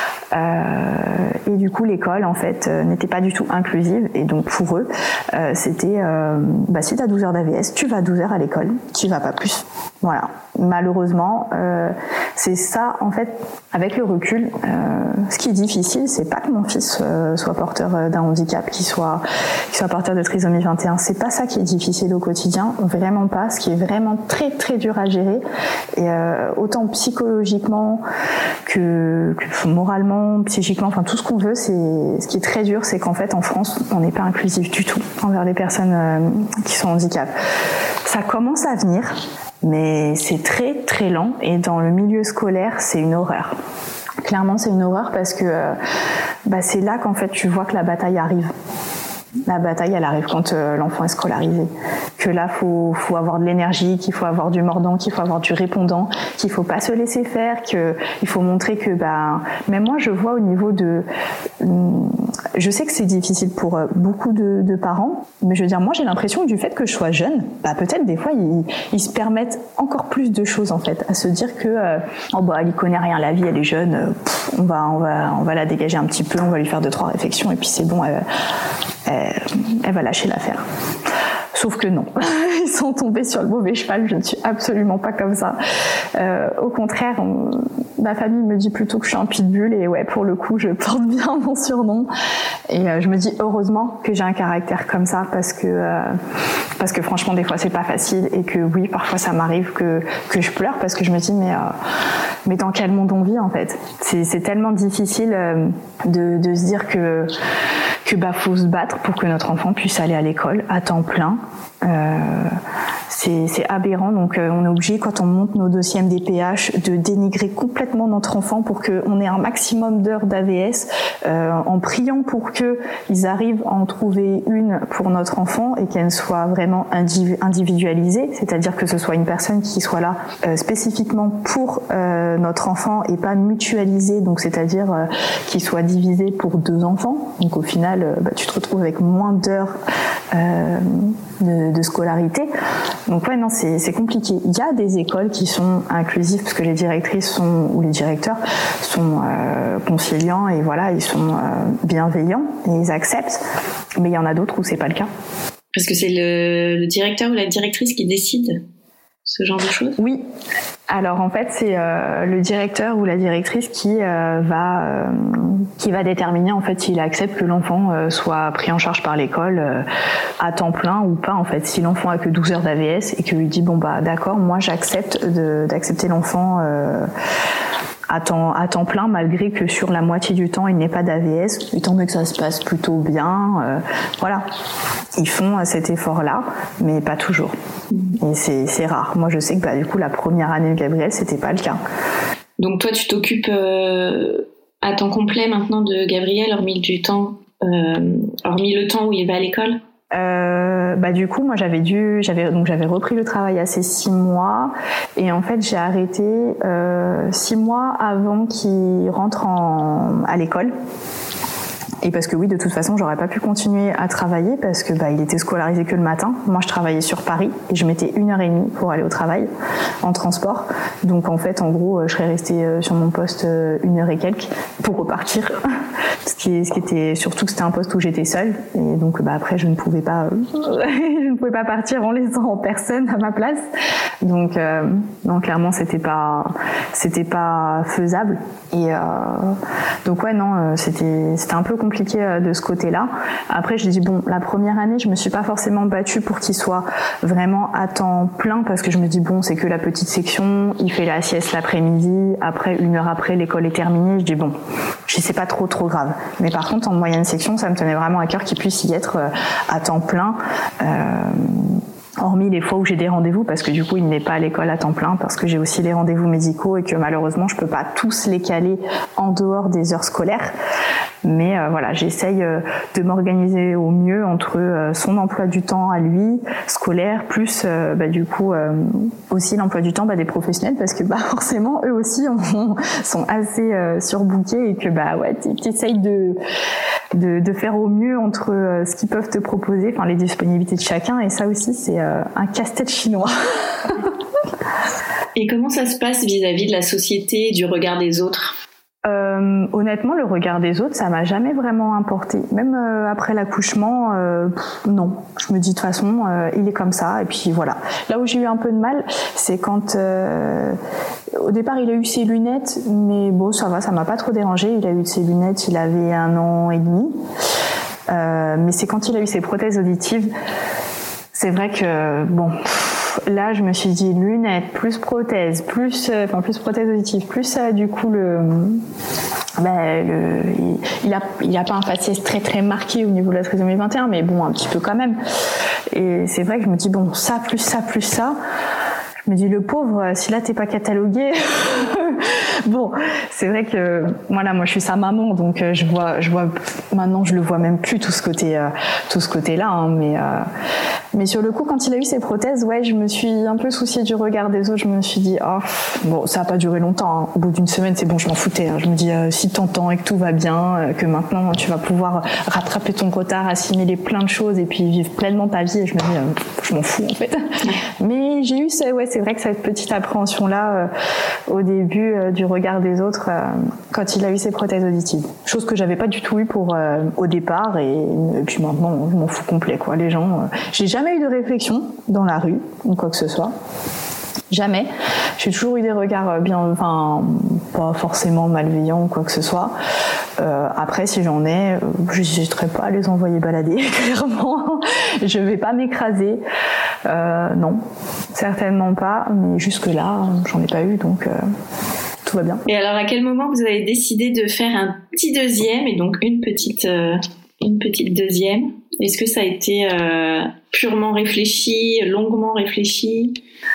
Speaker 4: Euh, et du coup l'école en fait euh, n'était pas du tout inclusive et donc pour eux euh, c'était euh, bah si t'as douze heures d'A V S tu vas douze heures à l'école, tu vas pas plus. Voilà, malheureusement euh, c'est ça en fait avec le recul. Euh, ce qui est difficile, c'est pas que mon fils euh, soit porteur d'un handicap, qu'il soit qu'il soit porteur de trisomie vingt et un, c'est pas ça qui est difficile au quotidien, vraiment pas. Ce qui est vraiment très très dur à gérer, et euh, autant psychologiquement que, que moralement, psychiquement, enfin tout ce qu'on veut, c'est ce qui est très dur, c'est qu'en fait en France on n'est pas inclusif du tout envers les personnes euh, qui sont handicapées. Ça commence à venir, mais c'est très très lent, et dans le milieu scolaire c'est une horreur. Clairement c'est une horreur parce que euh, bah, c'est là qu'en fait tu vois que la bataille arrive. La bataille, elle arrive quand euh, l'enfant est scolarisé. Que là, faut, faut avoir de l'énergie, qu'il faut avoir du mordant, qu'il faut avoir du répondant, qu'il faut pas se laisser faire, que il faut montrer que, bah, même moi, je vois au niveau de, hum, je sais que c'est difficile pour euh, beaucoup de, de parents, mais je veux dire, moi, j'ai l'impression que du fait que je sois jeune, bah, peut-être des fois, ils, ils se permettent encore plus de choses, en fait, à se dire que, euh, oh, bah, elle y connaît rien, la vie, elle est jeune, euh, pff, on va, on va, on va la dégager un petit peu, on va lui faire deux, trois réflexions, et puis c'est bon, elle, elle, elle va lâcher l'affaire. Sauf que non, ils sans tomber sur le mauvais cheval. Je ne suis absolument pas comme ça. Euh, au contraire, on, ma famille me dit plutôt que je suis un pitbull et ouais, pour le coup, je porte bien mon surnom. Et euh, je me dis heureusement que j'ai un caractère comme ça parce que euh, parce que franchement, des fois, c'est pas facile et que oui, parfois, ça m'arrive que que je pleure parce que je me dis mais euh, mais dans quel monde on vit en fait? C'est, c'est tellement difficile euh, de, de se dire que que bah faut se battre pour que notre enfant puisse aller à l'école à temps plein. Euh, c'est, c'est aberrant, donc euh, on est obligé quand on monte nos dossiers M D P H de dénigrer complètement notre enfant pour qu'on ait un maximum d'heures d'A V S, euh, en priant pour qu'ils arrivent à en trouver une pour notre enfant et qu'elle soit vraiment individualisée, c'est-à-dire que ce soit une personne qui soit là euh, spécifiquement pour euh, notre enfant et pas mutualisée, donc c'est-à-dire euh, qu'il soit divisé pour deux enfants. Donc au final, euh, bah, tu te retrouves avec moins d'heures euh, de, de scolarité. Donc ouais, non, c'est, c'est compliqué. Il y a des écoles qui sont inclusives parce que les directrices sont, ou les directeurs sont euh, conciliants et voilà, ils sont euh, bienveillants et ils acceptent. Mais il y en a d'autres où c'est pas le cas.
Speaker 5: Parce que c'est le, le directeur ou la directrice qui décide ce genre de choses?
Speaker 4: Oui. Alors en fait, c'est euh, le directeur ou la directrice qui euh, va euh, qui va déterminer en fait s'il accepte que l'enfant euh, soit pris en charge par l'école euh, à temps plein ou pas en fait. Si l'enfant a que douze heures d'A V S et qu'il lui dit bon bah d'accord, moi j'accepte de, d'accepter l'enfant euh, à temps, à temps plein, malgré que sur la moitié du temps, il n'ait pas d'A V S, étant donné que ça se passe plutôt bien. Euh, voilà, ils font cet effort-là, mais pas toujours. Et c'est, c'est rare. Moi, je sais que bah, du coup, la première année de Gabriel, c'était pas le cas.
Speaker 5: Donc toi, tu t'occupes euh, à temps complet maintenant de Gabriel, hormis du temps, euh, hormis le temps où il va à l'école?
Speaker 4: Euh, bah du coup moi j'avais dû j'avais donc j'avais repris le travail à ces six mois et en fait j'ai arrêté euh, six mois avant qu'il rentre en à l'école. Et parce que oui, de toute façon, j'aurais pas pu continuer à travailler parce que bah il était scolarisé que le matin. Moi, je travaillais sur Paris et je mettais une heure et demie pour aller au travail en transport. Donc en fait, en gros, je serais restée sur mon poste une heure et quelques pour repartir. Ce qui, est, ce qui était surtout que c'était un poste où j'étais seule et donc bah après je ne pouvais pas, je ne pouvais pas partir en laissant personne à ma place. Donc euh, non, clairement, c'était pas, c'était pas faisable. Et euh, donc ouais, non, c'était, c'était un peu compliqué. compliqué de ce côté-là. Après, je dis bon, la première année, je me suis pas forcément battue pour qu'il soit vraiment à temps plein parce que je me dis bon, c'est que la petite section, il fait la sieste l'après-midi, après une heure après, l'école est terminée. Je dis bon, je sais pas trop trop grave. Mais par contre, en moyenne section, ça me tenait vraiment à cœur qu'il puisse y être à temps plein. Euh, hormis les fois où j'ai des rendez-vous parce que du coup il n'est pas à l'école à temps plein parce que j'ai aussi les rendez-vous médicaux et que malheureusement je peux pas tous les caler en dehors des heures scolaires. Mais euh, voilà, j'essaye euh, de m'organiser au mieux entre euh, son emploi du temps à lui, scolaire, plus euh, bah, du coup euh, aussi l'emploi du temps bah, des professionnels parce que bah forcément eux aussi on, sont assez euh, surbookés et que bah ouais, tu essayes de, de de faire au mieux entre euh, ce qu'ils peuvent te proposer, enfin les disponibilités de chacun et ça aussi c'est euh, un casse-tête chinois.
Speaker 5: Et comment ça se passe vis-à-vis de la société, du regard des autres?
Speaker 4: Euh, honnêtement, le regard des autres, ça m'a jamais vraiment importé. Même euh, après l'accouchement, euh, pff, non. Je me dis de toute façon, euh, il est comme ça, et puis voilà. Là où j'ai eu un peu de mal, c'est quand, euh, au départ, il a eu ses lunettes, mais bon, ça va, ça m'a pas trop dérangé. Il a eu ses lunettes, il avait un an et demi. Euh, mais c'est quand il a eu ses prothèses auditives, c'est vrai que bon. Là, je me suis dit lunettes, plus prothèse, plus, euh, enfin plus prothèse auditive, plus euh, du coup le, ben, le, il, il a, il a pas un faciès très très marqué au niveau de la trisomie vingt et un, mais bon un petit peu quand même. Et c'est vrai que je me dis bon ça plus ça plus ça. Je me dis le pauvre, si là t'es pas catalogué, bon, c'est vrai que voilà, moi je suis sa maman, donc je vois, je vois maintenant je le vois même plus tout ce côté, euh, tout ce côté-là, hein, mais euh, mais sur le coup quand il a eu ses prothèses, ouais, je me suis un peu souciée du regard des autres. Je me suis dit oh bon, ça a pas duré longtemps. Hein. Au bout d'une semaine, c'est bon, je m'en foutais. Hein. Je me dis euh, si t'entends et que tout va bien, euh, que maintenant tu vas pouvoir rattraper ton retard, assimiler plein de choses et puis vivre pleinement ta vie. Et je me dis euh, je m'en fous en fait. Mais j'ai eu ça, ouais. C'est vrai que cette petite appréhension-là euh, au début euh, du regard regard des autres euh, quand il a eu ses prothèses auditives. Chose que j'avais pas du tout eu pour euh, au départ et, et puis maintenant je m'en fous complet quoi. Les gens, euh, j'ai jamais eu de réflexion dans la rue ou quoi que ce soit. Jamais. J'ai toujours eu des regards bien, enfin, pas forcément malveillants ou quoi que ce soit. Euh, après, si j'en ai, je n'hésiterai pas à les envoyer balader, clairement. Je vais pas m'écraser. Euh, non, certainement pas. Mais jusque-là, j'en ai pas eu, donc euh, tout va bien.
Speaker 5: Et alors, à quel moment vous avez décidé de faire un petit deuxième et donc une petite, euh, une petite deuxième ? Est-ce que ça a été euh, purement réfléchi, longuement réfléchi ?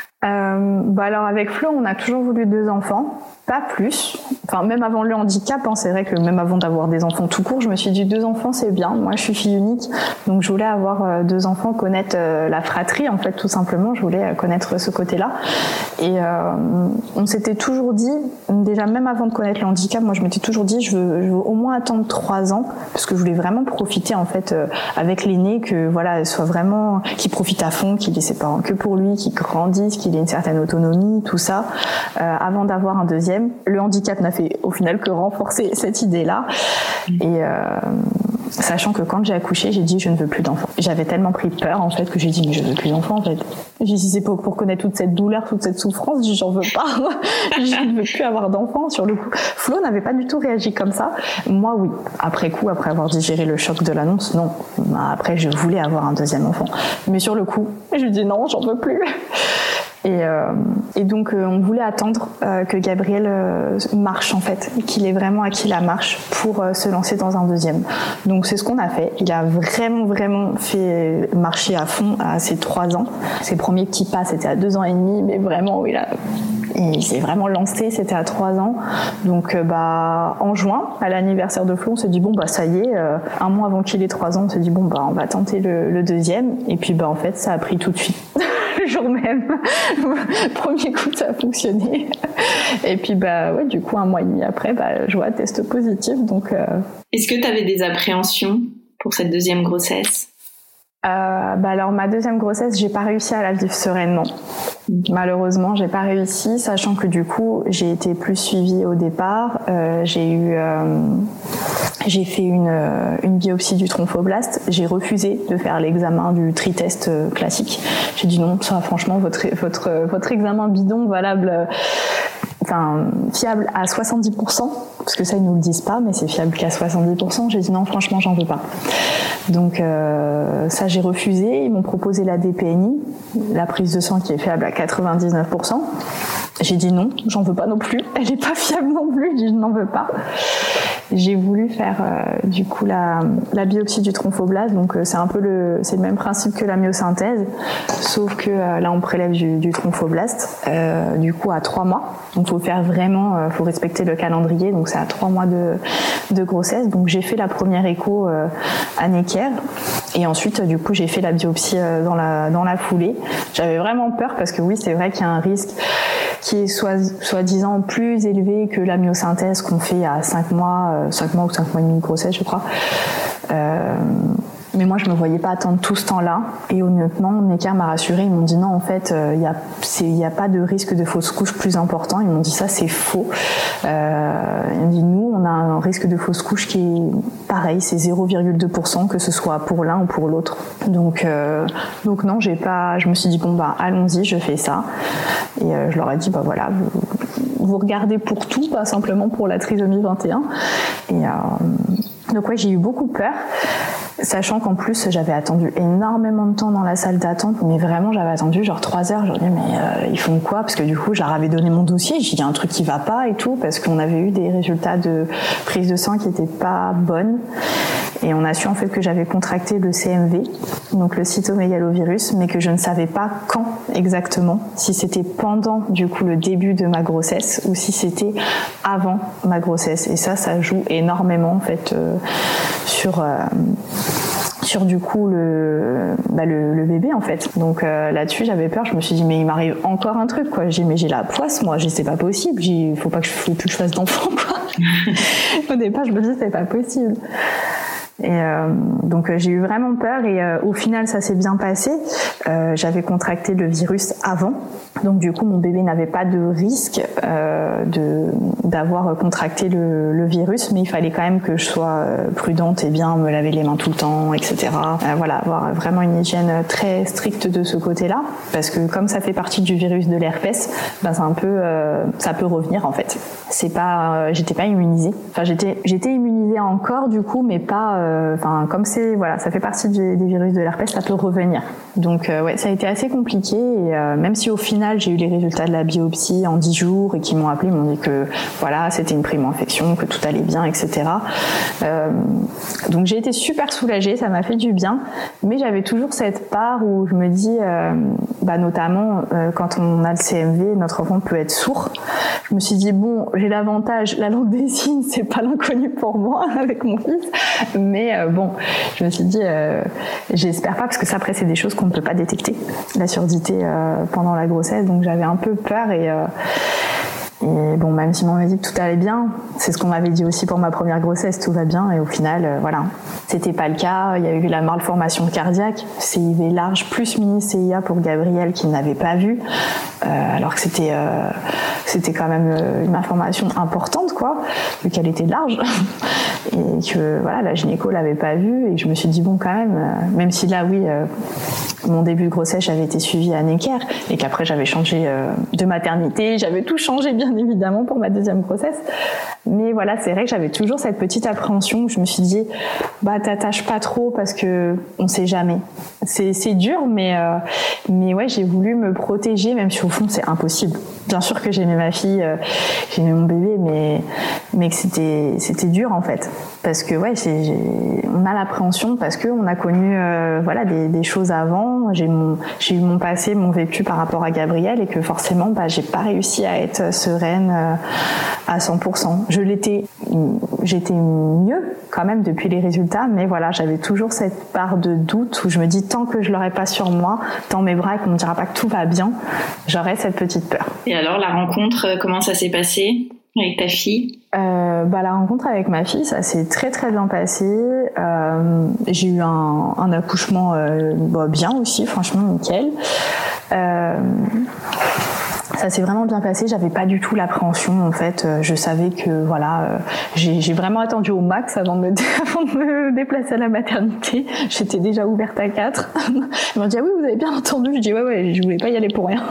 Speaker 4: Euh, bah alors avec Flo, on a toujours voulu deux enfants, pas plus. Enfin, même avant le handicap, hein, c'est vrai que même avant d'avoir des enfants tout court, je me suis dit deux enfants c'est bien. Moi, je suis fille unique, donc je voulais avoir euh, deux enfants, connaître euh, la fratrie en fait, tout simplement. Je voulais euh, connaître ce côté-là. Et euh, on s'était toujours dit, déjà même avant de connaître le handicap, moi je m'étais toujours dit, je veux, je veux au moins attendre trois ans, parce que je voulais vraiment profiter en fait euh, avec l'aîné, que voilà, soit vraiment, qu'il profite à fond, qu'il ait ses parents que pour lui, qu'il grandisse, qu'il ait une certaine autonomie, tout ça, euh, avant d'avoir un deuxième. Le handicap n'a fait au final que renforcer cette idée-là. Et euh, sachant que quand j'ai accouché, j'ai dit je ne veux plus d'enfants. J'avais tellement pris peur en fait que j'ai dit mais je veux plus d'enfants en fait. J'ai dit c'est pour, pour connaître toute cette douleur, toute cette souffrance, j'ai dit j'en veux pas. Je ne veux plus avoir d'enfants sur le coup. Flo n'avait pas du tout réagi comme ça. Moi oui. Après coup, après avoir digéré le choc de l'annonce, non. Après je voulais avoir un deuxième enfant. Mais sur le coup, je dis non, j'en veux plus. Et, euh, et donc euh, on voulait attendre euh, que Gabriel euh, marche en fait, qu'il ait vraiment acquis la marche pour euh, se lancer dans un deuxième. Donc c'est ce qu'on a fait. Il a vraiment vraiment fait marcher à fond à ses trois ans. Ses premiers petits pas c'était à deux ans et demi, mais vraiment il a il s'est vraiment lancé, c'était à trois ans. Donc euh, bah en juin, à l'anniversaire de Flo, on s'est dit bon bah ça y est, euh, un mois avant qu'il ait trois ans, on s'est dit bon bah on va tenter le, le deuxième. Et puis bah en fait ça a pris tout de suite. Le jour même, premier coup ça a fonctionné. Et puis bah ouais, du coup un mois et demi après, bah je vois test positif. Donc. Euh...
Speaker 5: Est-ce que tu avais des appréhensions pour cette deuxième grossesse ?
Speaker 4: Euh, bah alors ma deuxième grossesse, j'ai pas réussi à la vivre sereinement. Malheureusement, j'ai pas réussi, sachant que du coup, j'ai été plus suivie au départ. Euh, j'ai eu, euh, j'ai fait une une biopsie du tronfoblast. J'ai refusé de faire l'examen du tri-test classique. J'ai dit non, ça franchement, votre votre votre examen bidon valable. Enfin, fiable à soixante-dix pour cent, parce que ça ils nous le disent pas, mais c'est fiable qu'à soixante-dix pour cent. J'ai dit non, franchement, j'en veux pas. Donc euh, ça j'ai refusé. Ils m'ont proposé la D P N I, la prise de sang qui est fiable à quatre-vingt-dix-neuf pour cent. J'ai dit non, j'en veux pas non plus. Elle est pas fiable non plus. J'ai dit je n'en veux pas. J'ai voulu faire euh, du coup la, la biopsie du tronfoblast. Donc euh, c'est un peu le, c'est le même principe que la myosynthèse, sauf que euh, là on prélève du, du tronfoblast. Euh, du coup à trois mois. Donc faut faire vraiment, euh, faut respecter le calendrier. Donc c'est à trois mois de, de grossesse. Donc j'ai fait la première écho euh, à Necker et ensuite euh, du coup j'ai fait la biopsie euh, dans la dans la foulée. J'avais vraiment peur parce que oui c'est vrai qu'il y a un risque qui est soit soi-disant plus élevé que la myosynthèse qu'on fait à cinq mois, euh, cinq mois ou cinq mois et demi de grossesse, je crois. Euh, mais moi, je me voyais pas attendre tout ce temps-là. Et honnêtement, Necker m'a rassurée. Ils m'ont dit non, en fait, il euh, y a, il y a pas de risque de fausse couche plus important. Ils m'ont dit ça, c'est faux. Euh, ils m'ont dit nous, on a un risque de fausse couche qui est pareil, c'est zéro virgule deux pour cent, que ce soit pour l'un ou pour l'autre. Donc, euh, donc non, j'ai pas. Je me suis dit bon bah allons-y, je fais ça. Et euh, je leur ai dit bah voilà, vous, vous regardez pour tout, pas simplement pour la trisomie vingt et un. Et euh, donc ouais, j'ai eu beaucoup peur. Sachant qu'en plus j'avais attendu énormément de temps dans la salle d'attente, mais vraiment j'avais attendu genre trois heures. Je me disais mais euh, ils font quoi? Parce que du coup je leur avais donné mon dossier, j'ai dit il y a un truc qui va pas et tout, parce qu'on avait eu des résultats de prise de sang qui étaient pas bonnes. Et on a su en fait que j'avais contracté le C M V, donc le cytomégalovirus, mais que je ne savais pas quand exactement, si c'était pendant du coup le début de ma grossesse ou si c'était avant ma grossesse. Et ça, ça joue énormément en fait euh, sur euh, sur du coup le bah le, le bébé en fait. Donc euh, là-dessus j'avais peur. Je me suis dit mais il m'arrive encore un truc quoi. J'ai mais j'ai la poisse moi. J'ai c'est pas possible. J'ai faut pas que je faut plus que je fasse d'enfant quoi. Au départ je me dis c'est pas possible. Et euh, donc euh, j'ai eu vraiment peur et euh, au final ça s'est bien passé. Euh, j'avais contracté le virus avant, donc du coup mon bébé n'avait pas de risque euh, de d'avoir contracté le, le virus, mais il fallait quand même que je sois prudente et bien me laver les mains tout le temps, et cetera. Euh, voilà, avoir vraiment une hygiène très stricte de ce côté-là, parce que comme ça fait partie du virus de l'herpès, ben c'est un peu, euh, ça peut revenir en fait. C'est pas, euh, j'étais pas immunisée. Enfin j'étais j'étais immunisée encore du coup, mais pas enfin euh, comme c'est voilà ça fait partie du, des virus de l'herpès, ça peut revenir, donc euh, ouais ça a été assez compliqué et euh, même si au final j'ai eu les résultats de la biopsie en dix jours et qu'ils m'ont appelé, ils m'ont dit que voilà c'était une primo-infection, que tout allait bien, etc. Euh, donc j'ai été super soulagée, ça m'a fait du bien, mais j'avais toujours cette part où je me dis euh, bah notamment euh, quand on a le C M V, notre enfant peut être sourd. Je me suis dit bon, j'ai l'avantage, la langue des signes c'est pas l'inconnu pour moi avec mon fils, mais euh, bon, je me suis dit, euh, j'espère pas, parce que ça, après, c'est des choses qu'on ne peut pas détecter, la surdité euh, pendant la grossesse, donc j'avais un peu peur et, euh, et bon, même si on m'a dit que tout allait bien, c'est ce qu'on m'avait dit aussi pour ma première grossesse, tout va bien, et au final, euh, voilà, c'était pas le cas. Il y a eu la malformation cardiaque, C I V large plus mini C I A pour Gabriel qui n'avait pas vu, euh, alors que c'était euh, c'était quand même une malformation importante, quoi, vu qu'elle était large. Et que voilà, la gynéco l'avait pas vue, et je me suis dit bon quand même, euh, même si là oui euh, mon début de grossesse j'avais été suivie à Necker et qu'après j'avais changé euh, de maternité, j'avais tout changé bien évidemment pour ma deuxième grossesse, mais voilà c'est vrai que j'avais toujours cette petite appréhension où je me suis dit bah t'attaches pas trop parce que on sait jamais, c'est c'est dur, mais euh, mais ouais j'ai voulu me protéger, même si au fond c'est impossible. Bien sûr que j'aimais ma fille, euh, j'aimais mon bébé, mais mais que c'était c'était dur en fait, parce que ouais j'ai, j'ai, on a l'appréhension parce que on a connu euh, voilà des, des choses avant. J'ai mon j'ai eu mon passé, mon vécu par rapport à Gabriel, et que forcément bah j'ai pas réussi à être sereine euh, à cent pour cent. Je l'étais, j'étais mieux quand même depuis les résultats, mais voilà j'avais toujours cette part de doute où je me dis tant que je l'aurai pas sur moi, dans mes bras, et qu'on me dira pas que tout va bien, j'aurai cette petite peur.
Speaker 5: Et alors la rencontre, comment ça s'est passé avec ta fille?
Speaker 4: Euh, bah, la rencontre avec ma fille, ça s'est très très bien passé. Euh, j'ai eu un, un accouchement euh, bah, bien aussi, franchement nickel. Euh, ça s'est vraiment bien passé. J'avais pas du tout l'appréhension en fait. Je savais que voilà, euh, j'ai, j'ai vraiment attendu au max avant de, me, avant de me déplacer à la maternité. J'étais déjà ouverte à quatre. Ils m'ont dit ah oui vous avez bien entendu. Je dis ouais ouais, je voulais pas y aller pour rien.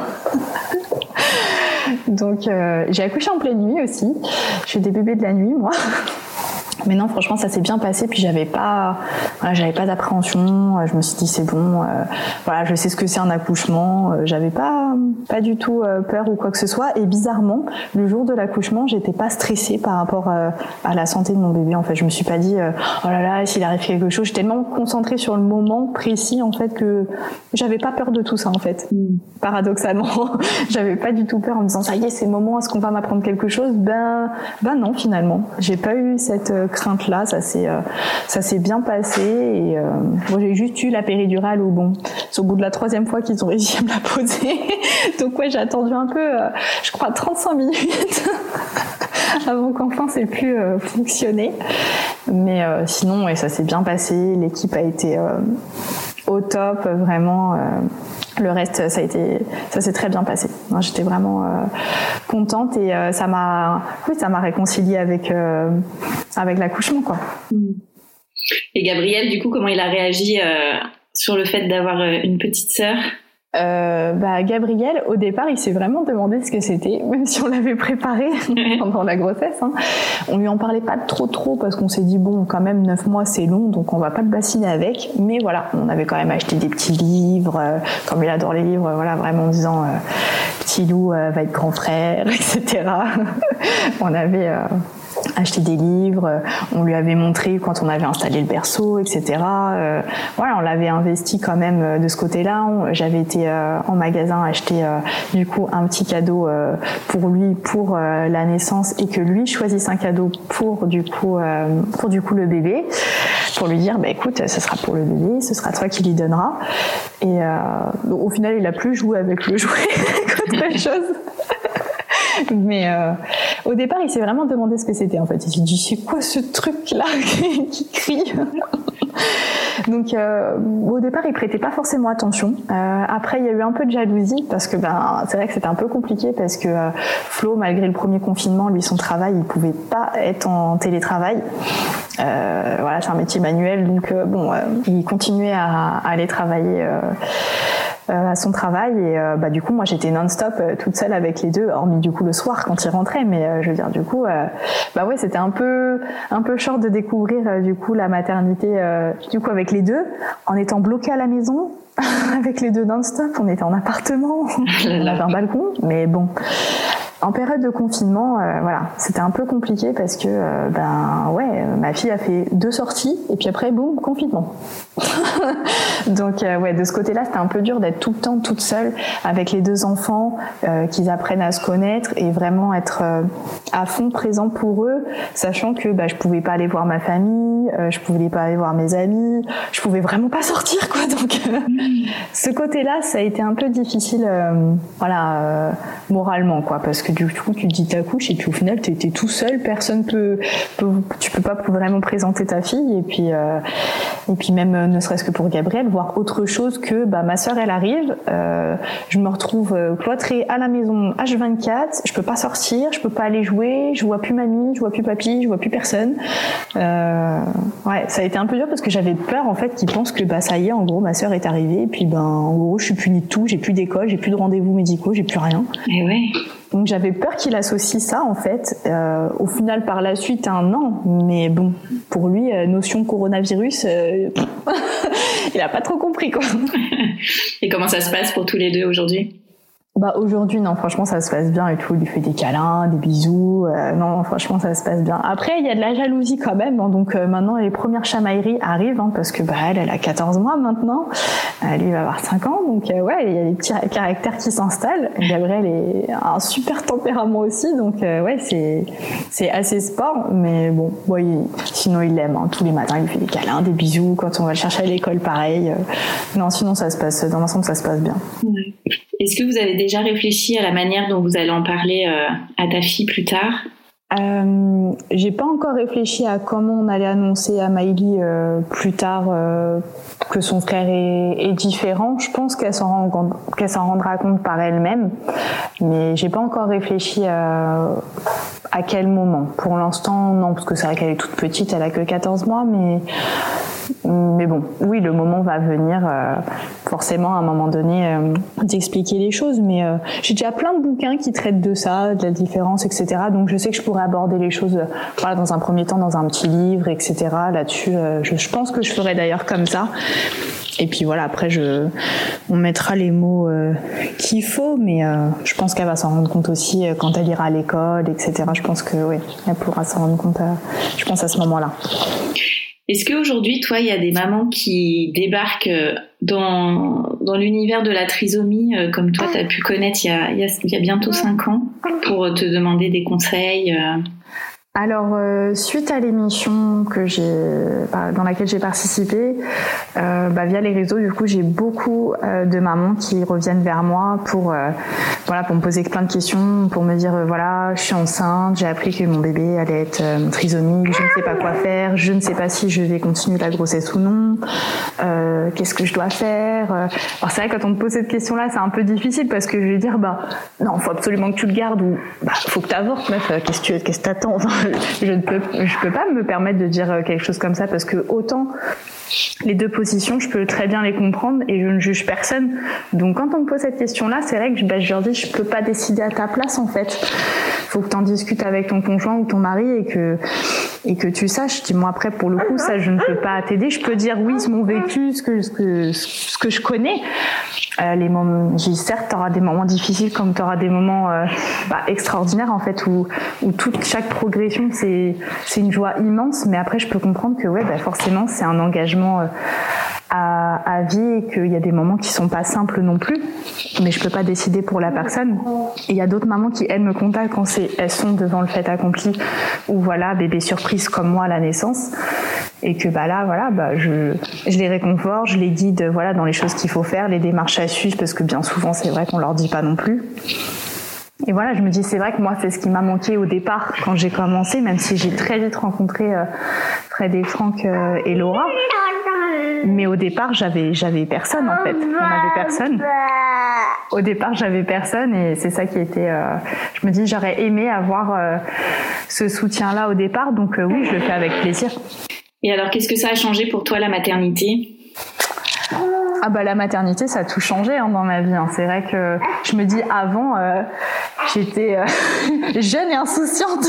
Speaker 4: Donc euh, j'ai accouché en pleine nuit aussi. Je suis des bébés de la nuit moi. Mais non, franchement, ça s'est bien passé. Puis j'avais pas, voilà, j'avais pas d'appréhension. Je me suis dit c'est bon. Euh, voilà, je sais ce que c'est un accouchement. Euh, j'avais pas, pas du tout euh, peur ou quoi que ce soit. Et bizarrement, le jour de l'accouchement, j'étais pas stressée par rapport euh, à la santé de mon bébé. En fait, je me suis pas dit euh, oh là là, s'il arrive quelque chose. J'étais tellement concentrée sur le moment précis en fait que j'avais pas peur de tout ça en fait. Mm. Paradoxalement, j'avais pas du tout peur en me disant ça y est, c'est le moment. Est-ce qu'on va m'apprendre quelque chose? Ben, ben non, finalement, j'ai pas eu cette euh, crainte là, ça s'est euh, ça s'est bien passé et euh, bon, j'ai juste eu la péridurale où bon c'est au bout de la troisième fois qu'ils ont réussi à me la poser, donc ouais j'ai attendu un peu euh, je crois trente-cinq minutes avant qu'enfin c'est plus euh, fonctionné, mais euh, sinon ouais ça s'est bien passé, l'équipe a été euh, au top vraiment. euh, Le reste, ça a été, ça s'est très bien passé. J'étais vraiment euh, contente et euh, ça m'a, oui, ça m'a réconciliée avec euh, avec l'accouchement, quoi.
Speaker 5: Et Gabriel, du coup, comment il a réagi euh, sur le fait d'avoir euh, une petite sœur?
Speaker 4: Euh, bah Gabriel, au départ, il s'est vraiment demandé ce que c'était, même si on l'avait préparé pendant la grossesse. Hein. On lui en parlait pas trop trop parce qu'on s'est dit bon, quand même neuf mois c'est long, donc on va pas le bassiner avec. Mais voilà, on avait quand même acheté des petits livres, euh, comme il adore les livres, voilà, vraiment en disant euh, petit loup euh, va être grand frère, et cetera. On avait euh, acheté des livres, on lui avait montré quand on avait installé le berceau, et cetera. Euh, voilà, on l'avait investi quand même de ce côté-là. On, j'avais été euh, en magasin acheter euh, du coup un petit cadeau euh, pour lui pour euh, la naissance et que lui choisisse un cadeau pour du coup euh, pour du coup le bébé, pour lui dire bah écoute, ce sera pour le bébé, ce sera toi qui lui donneras. Et euh, donc, au final, il a plus joué avec le jouet qu'autre chose. Mais euh, Au départ, il s'est vraiment demandé ce que c'était en fait. Il s'est dit c'est quoi ce truc là qui crie. Donc euh, au départ, il prêtait pas forcément attention. Euh, après, il y a eu un peu de jalousie parce que ben c'est vrai que c'était un peu compliqué parce que euh, Flo, malgré le premier confinement, lui son travail, il pouvait pas être en télétravail. Euh, voilà, c'est un métier manuel, donc euh, bon, euh, il continuait à, à aller travailler. Euh, Euh, à son travail et euh, bah du coup moi j'étais non-stop euh, toute seule avec les deux, hormis du coup le soir quand il rentrait, mais euh, je veux dire du coup euh, bah ouais c'était un peu un peu short de découvrir euh, du coup la maternité euh, du coup avec les deux en étant bloqué à la maison avec les deux non-stop. On était en appartement, on avait un balcon, mais bon. En période de confinement, euh, voilà, c'était un peu compliqué parce que, euh, ben ouais, ma fille a fait deux sorties et puis après, boum, confinement. Donc euh, ouais, de ce côté-là, c'était un peu dur d'être tout le temps toute seule avec les deux enfants, euh, qu'ils apprennent à se connaître et vraiment être euh, à fond présent pour eux, sachant que bah, je pouvais pas aller voir ma famille, euh, je pouvais pas aller voir mes amis, je pouvais vraiment pas sortir quoi. Donc euh, ce côté-là, ça a été un peu difficile, euh, voilà, euh, moralement quoi, parce que du coup tu te dis t'accouches et puis au final t'es, t'es tout seul, personne peut, peut tu peux pas vraiment présenter ta fille et puis euh, et puis même euh, ne serait-ce que pour Gabriel voir autre chose que bah ma sœur elle arrive, euh, je me retrouve euh, cloîtrée à la maison H vingt-quatre, je peux pas sortir, je peux pas aller jouer, je vois plus mamie, je vois plus papy, je vois plus personne. Euh, ouais, ça a été un peu dur parce que j'avais peur en fait qu'ils pensent que bah ça y est, en gros ma sœur est arrivée et puis ben en gros je suis punie de tout, j'ai plus d'école, j'ai plus de rendez-vous médicaux, j'ai plus rien.
Speaker 5: Et ouais.
Speaker 4: Donc j'avais peur qu'il associe ça en fait. Euh, au final par la suite un an, mais bon pour lui euh, notion coronavirus, euh, il a pas trop compris quoi.
Speaker 5: Et comment ça se passe pour tous les deux aujourd'hui ?
Speaker 4: Bah aujourd'hui non, franchement ça se passe bien et tout, il lui fait des câlins, des bisous, euh, non franchement ça se passe bien. Après il y a de la jalousie quand même, hein, donc euh, maintenant les premières chamailleries arrivent hein, parce que bah elle elle a quatorze mois maintenant, euh, lui il va avoir cinq ans, donc euh, ouais il y a des petits caractères qui s'installent. Gabriel est un super tempérament aussi, donc euh, ouais c'est c'est assez sport, mais bon, bon il, sinon il l'aime, hein, tous les matins il lui fait des câlins, des bisous, quand on va le chercher à l'école pareil. Euh, non sinon ça se passe, dans l'ensemble ça se passe bien.
Speaker 5: Ouais. Est-ce que vous avez déjà réfléchi à la manière dont vous allez en parler euh, à ta fille plus tard ?
Speaker 4: Euh, j'ai pas encore réfléchi à comment on allait annoncer à Maïli euh, plus tard euh, que son frère est, est différent. Je pense qu'elle s'en, rend compte, qu'elle s'en rendra compte par elle-même, mais j'ai pas encore réfléchi à, à quel moment. Pour l'instant, non, parce que c'est vrai qu'elle est toute petite, elle a que quatorze mois, mais mais bon, oui, le moment va venir euh, forcément à un moment donné euh, d'expliquer les choses, mais euh, j'ai déjà plein de bouquins qui traitent de ça, de la différence, et cetera. Donc je sais que je pourrais aborder les choses, euh, voilà, dans un premier temps dans un petit livre, et cetera. Là-dessus, euh, je, je pense que je ferai d'ailleurs comme ça. Et puis voilà, après je, on mettra les mots euh, qu'il faut, mais euh, je pense qu'elle va s'en rendre compte aussi euh, quand elle ira à l'école, et cetera. Je pense que oui, elle pourra s'en rendre compte, à, je pense à ce moment-là.
Speaker 5: Est-ce qu'aujourd'hui, toi, il y a des mamans qui débarquent dans, dans l'univers de la trisomie, comme toi, tu as pu connaître il y a, il y a, il y a bientôt cinq ans, pour te demander des conseils euh...
Speaker 4: Alors, euh, suite à l'émission que j'ai, bah, dans laquelle j'ai participé, euh, bah, via les réseaux, du coup, j'ai beaucoup euh, de mamans qui reviennent vers moi pour, euh, voilà, pour me poser plein de questions, pour me dire, euh, voilà, je suis enceinte, j'ai appris que mon bébé allait être euh, trisomique, je ne sais pas quoi faire, je ne sais pas si je vais continuer la grossesse ou non, euh, qu'est-ce que je dois faire. Alors c'est vrai, quand on te pose cette question-là, c'est un peu difficile parce que je vais dire, bah, non, faut absolument que tu le gardes ou, bah, faut que t'avortes, meuf, qu'est-ce que tu, qu'est-ce que t'attends? Je ne peux, je peux pas me permettre de dire quelque chose comme ça parce que autant les deux positions, je peux très bien les comprendre et je ne juge personne. Donc quand on me pose cette question-là, c'est vrai que je, bah, je leur dis, je peux pas décider à ta place en fait. Faut que tu en discutes avec ton conjoint ou ton mari et que et que tu saches. Je dis, moi après pour le coup, ça je ne peux pas t'aider. Je peux dire oui, c'est mon vécu, ce que ce que ce que je connais. Euh, les moments, j'ai certes, t'auras des moments difficiles comme t'auras des moments euh, bah, extraordinaires en fait où où toute chaque progression c'est c'est une joie immense. Mais après je peux comprendre que ouais, bah, forcément c'est un engagement euh, à, à vie et qu'il y a des moments qui sont pas simples non plus. Mais je peux pas décider pour la personne. Et il y a d'autres mamans qui elles me contactent quand c'est elles sont devant le fait accompli ou voilà bébé surprise comme moi à la naissance. Et que bah là voilà bah je je les réconforte, je les guide voilà dans les choses qu'il faut faire, les démarches à suivre parce que bien souvent c'est vrai qu'on leur dit pas non plus. Et voilà, je me dis, c'est vrai que moi, c'est ce qui m'a manqué au départ quand j'ai commencé, même si j'ai très vite rencontré euh, Fred et Franck euh, et Laura. Mais au départ, j'avais, j'avais personne, en fait. On n'avait personne. Au départ, j'avais personne et c'est ça qui était... Euh, je me dis, j'aurais aimé avoir euh, ce soutien-là au départ. Donc euh, oui, je le fais avec plaisir.
Speaker 5: Et alors, qu'est-ce que ça a changé pour toi, la maternité ?
Speaker 4: Ah bah la maternité, ça a tout changé hein, dans ma vie. Hein. C'est vrai que je me dis avant, euh, j'étais euh, jeune et insouciante.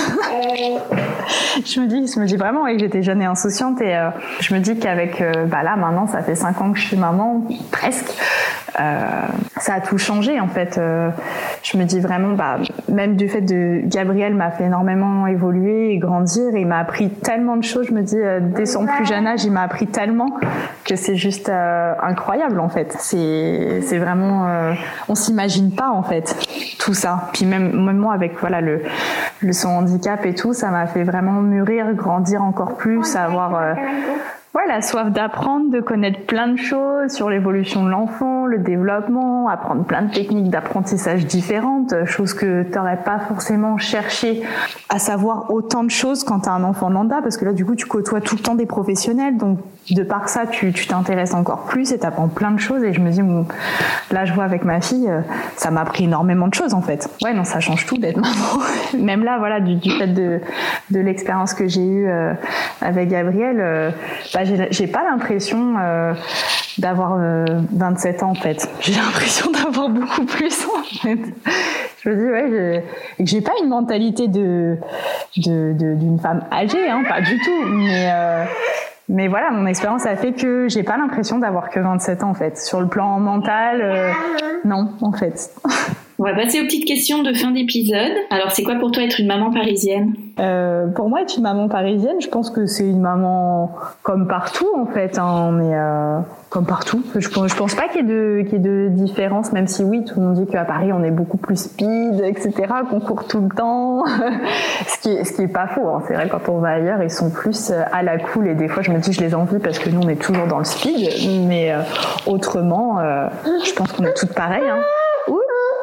Speaker 4: je me dis, je me dis vraiment oui, que j'étais jeune et insouciante et euh, je me dis qu'avec, euh, bah là maintenant, ça fait cinq ans que je suis maman, presque. Euh, ça a tout changé en fait. Euh, je me dis vraiment, bah même du fait de Gabriel m'a fait énormément évoluer et grandir et il m'a appris tellement de choses. Je me dis euh, dès son plus jeune âge, il m'a appris tellement que c'est juste euh, incroyable en fait. C'est c'est vraiment, euh, on s'imagine pas en fait tout ça. Puis même, même moi avec voilà le le son handicap et tout, ça m'a fait vraiment mûrir, grandir encore plus, avoir euh, ouais, la soif d'apprendre, de connaître plein de choses sur l'évolution de l'enfant, le développement, apprendre plein de techniques d'apprentissage différentes, choses que t'aurais pas forcément cherché à savoir autant de choses quand t'as un enfant lambda, parce que là, du coup, tu côtoies tout le temps des professionnels, donc de par ça, tu, tu t'intéresses encore plus et t'apprends plein de choses, et je me dis, bon, là, je vois avec ma fille, ça m'a appris énormément de choses, en fait. Ouais, non, ça change tout d'être maman. Même là, voilà, du, du fait de, de l'expérience que j'ai eue euh, avec Gabriel, euh, bah, J'ai, j'ai pas l'impression euh, d'avoir euh, vingt-sept ans en fait. J'ai l'impression d'avoir beaucoup plus en fait. Je me dis ouais, j'ai, j'ai pas une mentalité de, de, de d'une femme âgée, hein, pas du tout. Mais euh, mais voilà, mon expérience a fait que j'ai pas l'impression d'avoir que vingt-sept ans en fait. Sur le plan mental, euh, non en fait.
Speaker 5: On va passer aux petites questions de fin d'épisode. Alors, c'est quoi pour toi être une maman parisienne ?
Speaker 4: euh, Pour moi, être une maman parisienne, je pense que c'est une maman comme partout, en fait. Hein, mais euh, comme partout. Je pense, je pense pas qu'il y ait de, qu'il y ait de différence, même si oui, tout le monde dit qu'à Paris, on est beaucoup plus speed, et cetera, qu'on court tout le temps. ce qui est, ce qui est pas faux. Hein. C'est vrai, quand on va ailleurs, ils sont plus à la cool. Et des fois, je me dis, je les envie parce que nous, on est toujours dans le speed. Mais euh, autrement, euh, je pense qu'on est toutes pareilles. Hein. Oui.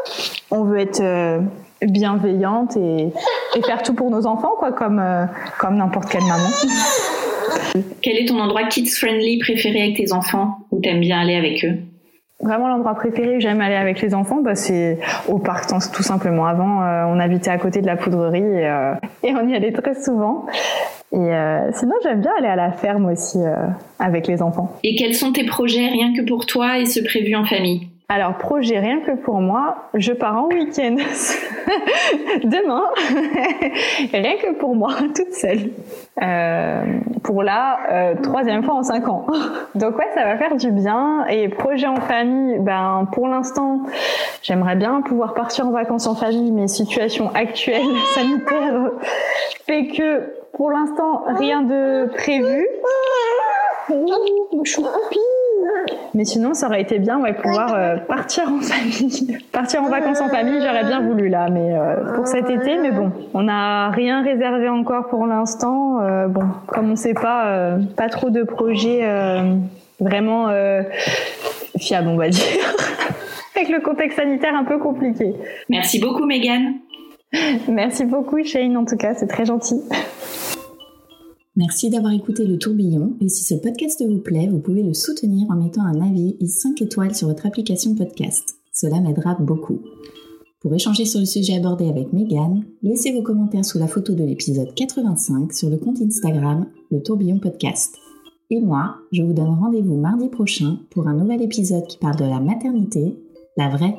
Speaker 4: On veut être euh, bienveillante et, et faire tout pour nos enfants, quoi, comme, euh, comme n'importe quelle maman.
Speaker 5: Quel est ton endroit kids-friendly préféré avec tes enfants, où t'aimes bien aller avec eux ?
Speaker 4: Vraiment, l'endroit préféré où j'aime aller avec les enfants, bah, c'est au parc, tout simplement. Avant, euh, on habitait à côté de la poudrerie et, euh, et on y allait très souvent. Et euh, sinon, j'aime bien aller à la ferme aussi euh, avec les enfants.
Speaker 5: Et quels sont tes projets rien que pour toi et ceux prévus en famille ?
Speaker 4: Alors, projet rien que pour moi, je pars en week-end demain, rien que pour moi, toute seule. Euh, pour la euh, troisième fois en cinq ans. Donc ouais, ça va faire du bien. Et projet en famille, ben pour l'instant, j'aimerais bien pouvoir partir en vacances en famille, mais situation actuelle sanitaire fait que pour l'instant rien de prévu. Mais sinon, ça aurait été bien, ouais, pouvoir euh, partir en famille, partir en vacances en famille. J'aurais bien voulu là, mais euh, pour cet été. Mais bon, on n'a rien réservé encore pour l'instant. Euh, bon, comme on ne sait pas, euh, pas trop de projets euh, vraiment euh, fiables, on va dire, avec le contexte sanitaire un peu compliqué.
Speaker 5: Merci beaucoup, Mégane.
Speaker 4: Merci beaucoup, Shane. En tout cas, c'est très gentil.
Speaker 3: Merci d'avoir écouté Le Tourbillon, et si ce podcast vous plaît, vous pouvez le soutenir en mettant un avis et cinq étoiles sur votre application podcast. Cela m'aidera beaucoup. Pour échanger sur le sujet abordé avec Mégane, laissez vos commentaires sous la photo de l'épisode quatre-vingt-cinq sur le compte Instagram Le Tourbillon Podcast. Et moi, je vous donne rendez-vous mardi prochain pour un nouvel épisode qui parle de la maternité, la vraie.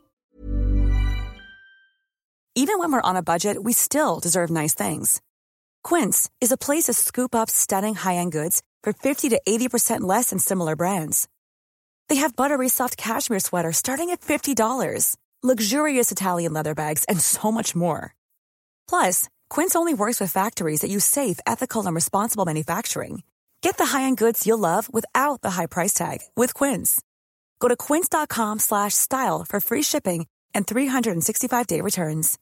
Speaker 6: Even when we're on a budget, we still deserve nice things. Quince is a place to scoop up stunning high-end goods for fifty to eighty percent less than similar brands. They have buttery soft cashmere sweaters starting at fifty dollars, luxurious Italian leather bags, and so much more. Plus, Quince only works with factories that use safe, ethical, and responsible manufacturing. Get the high-end goods you'll love without the high price tag with Quince. Go to quince dot com slash style for free shipping and three sixty-five day returns.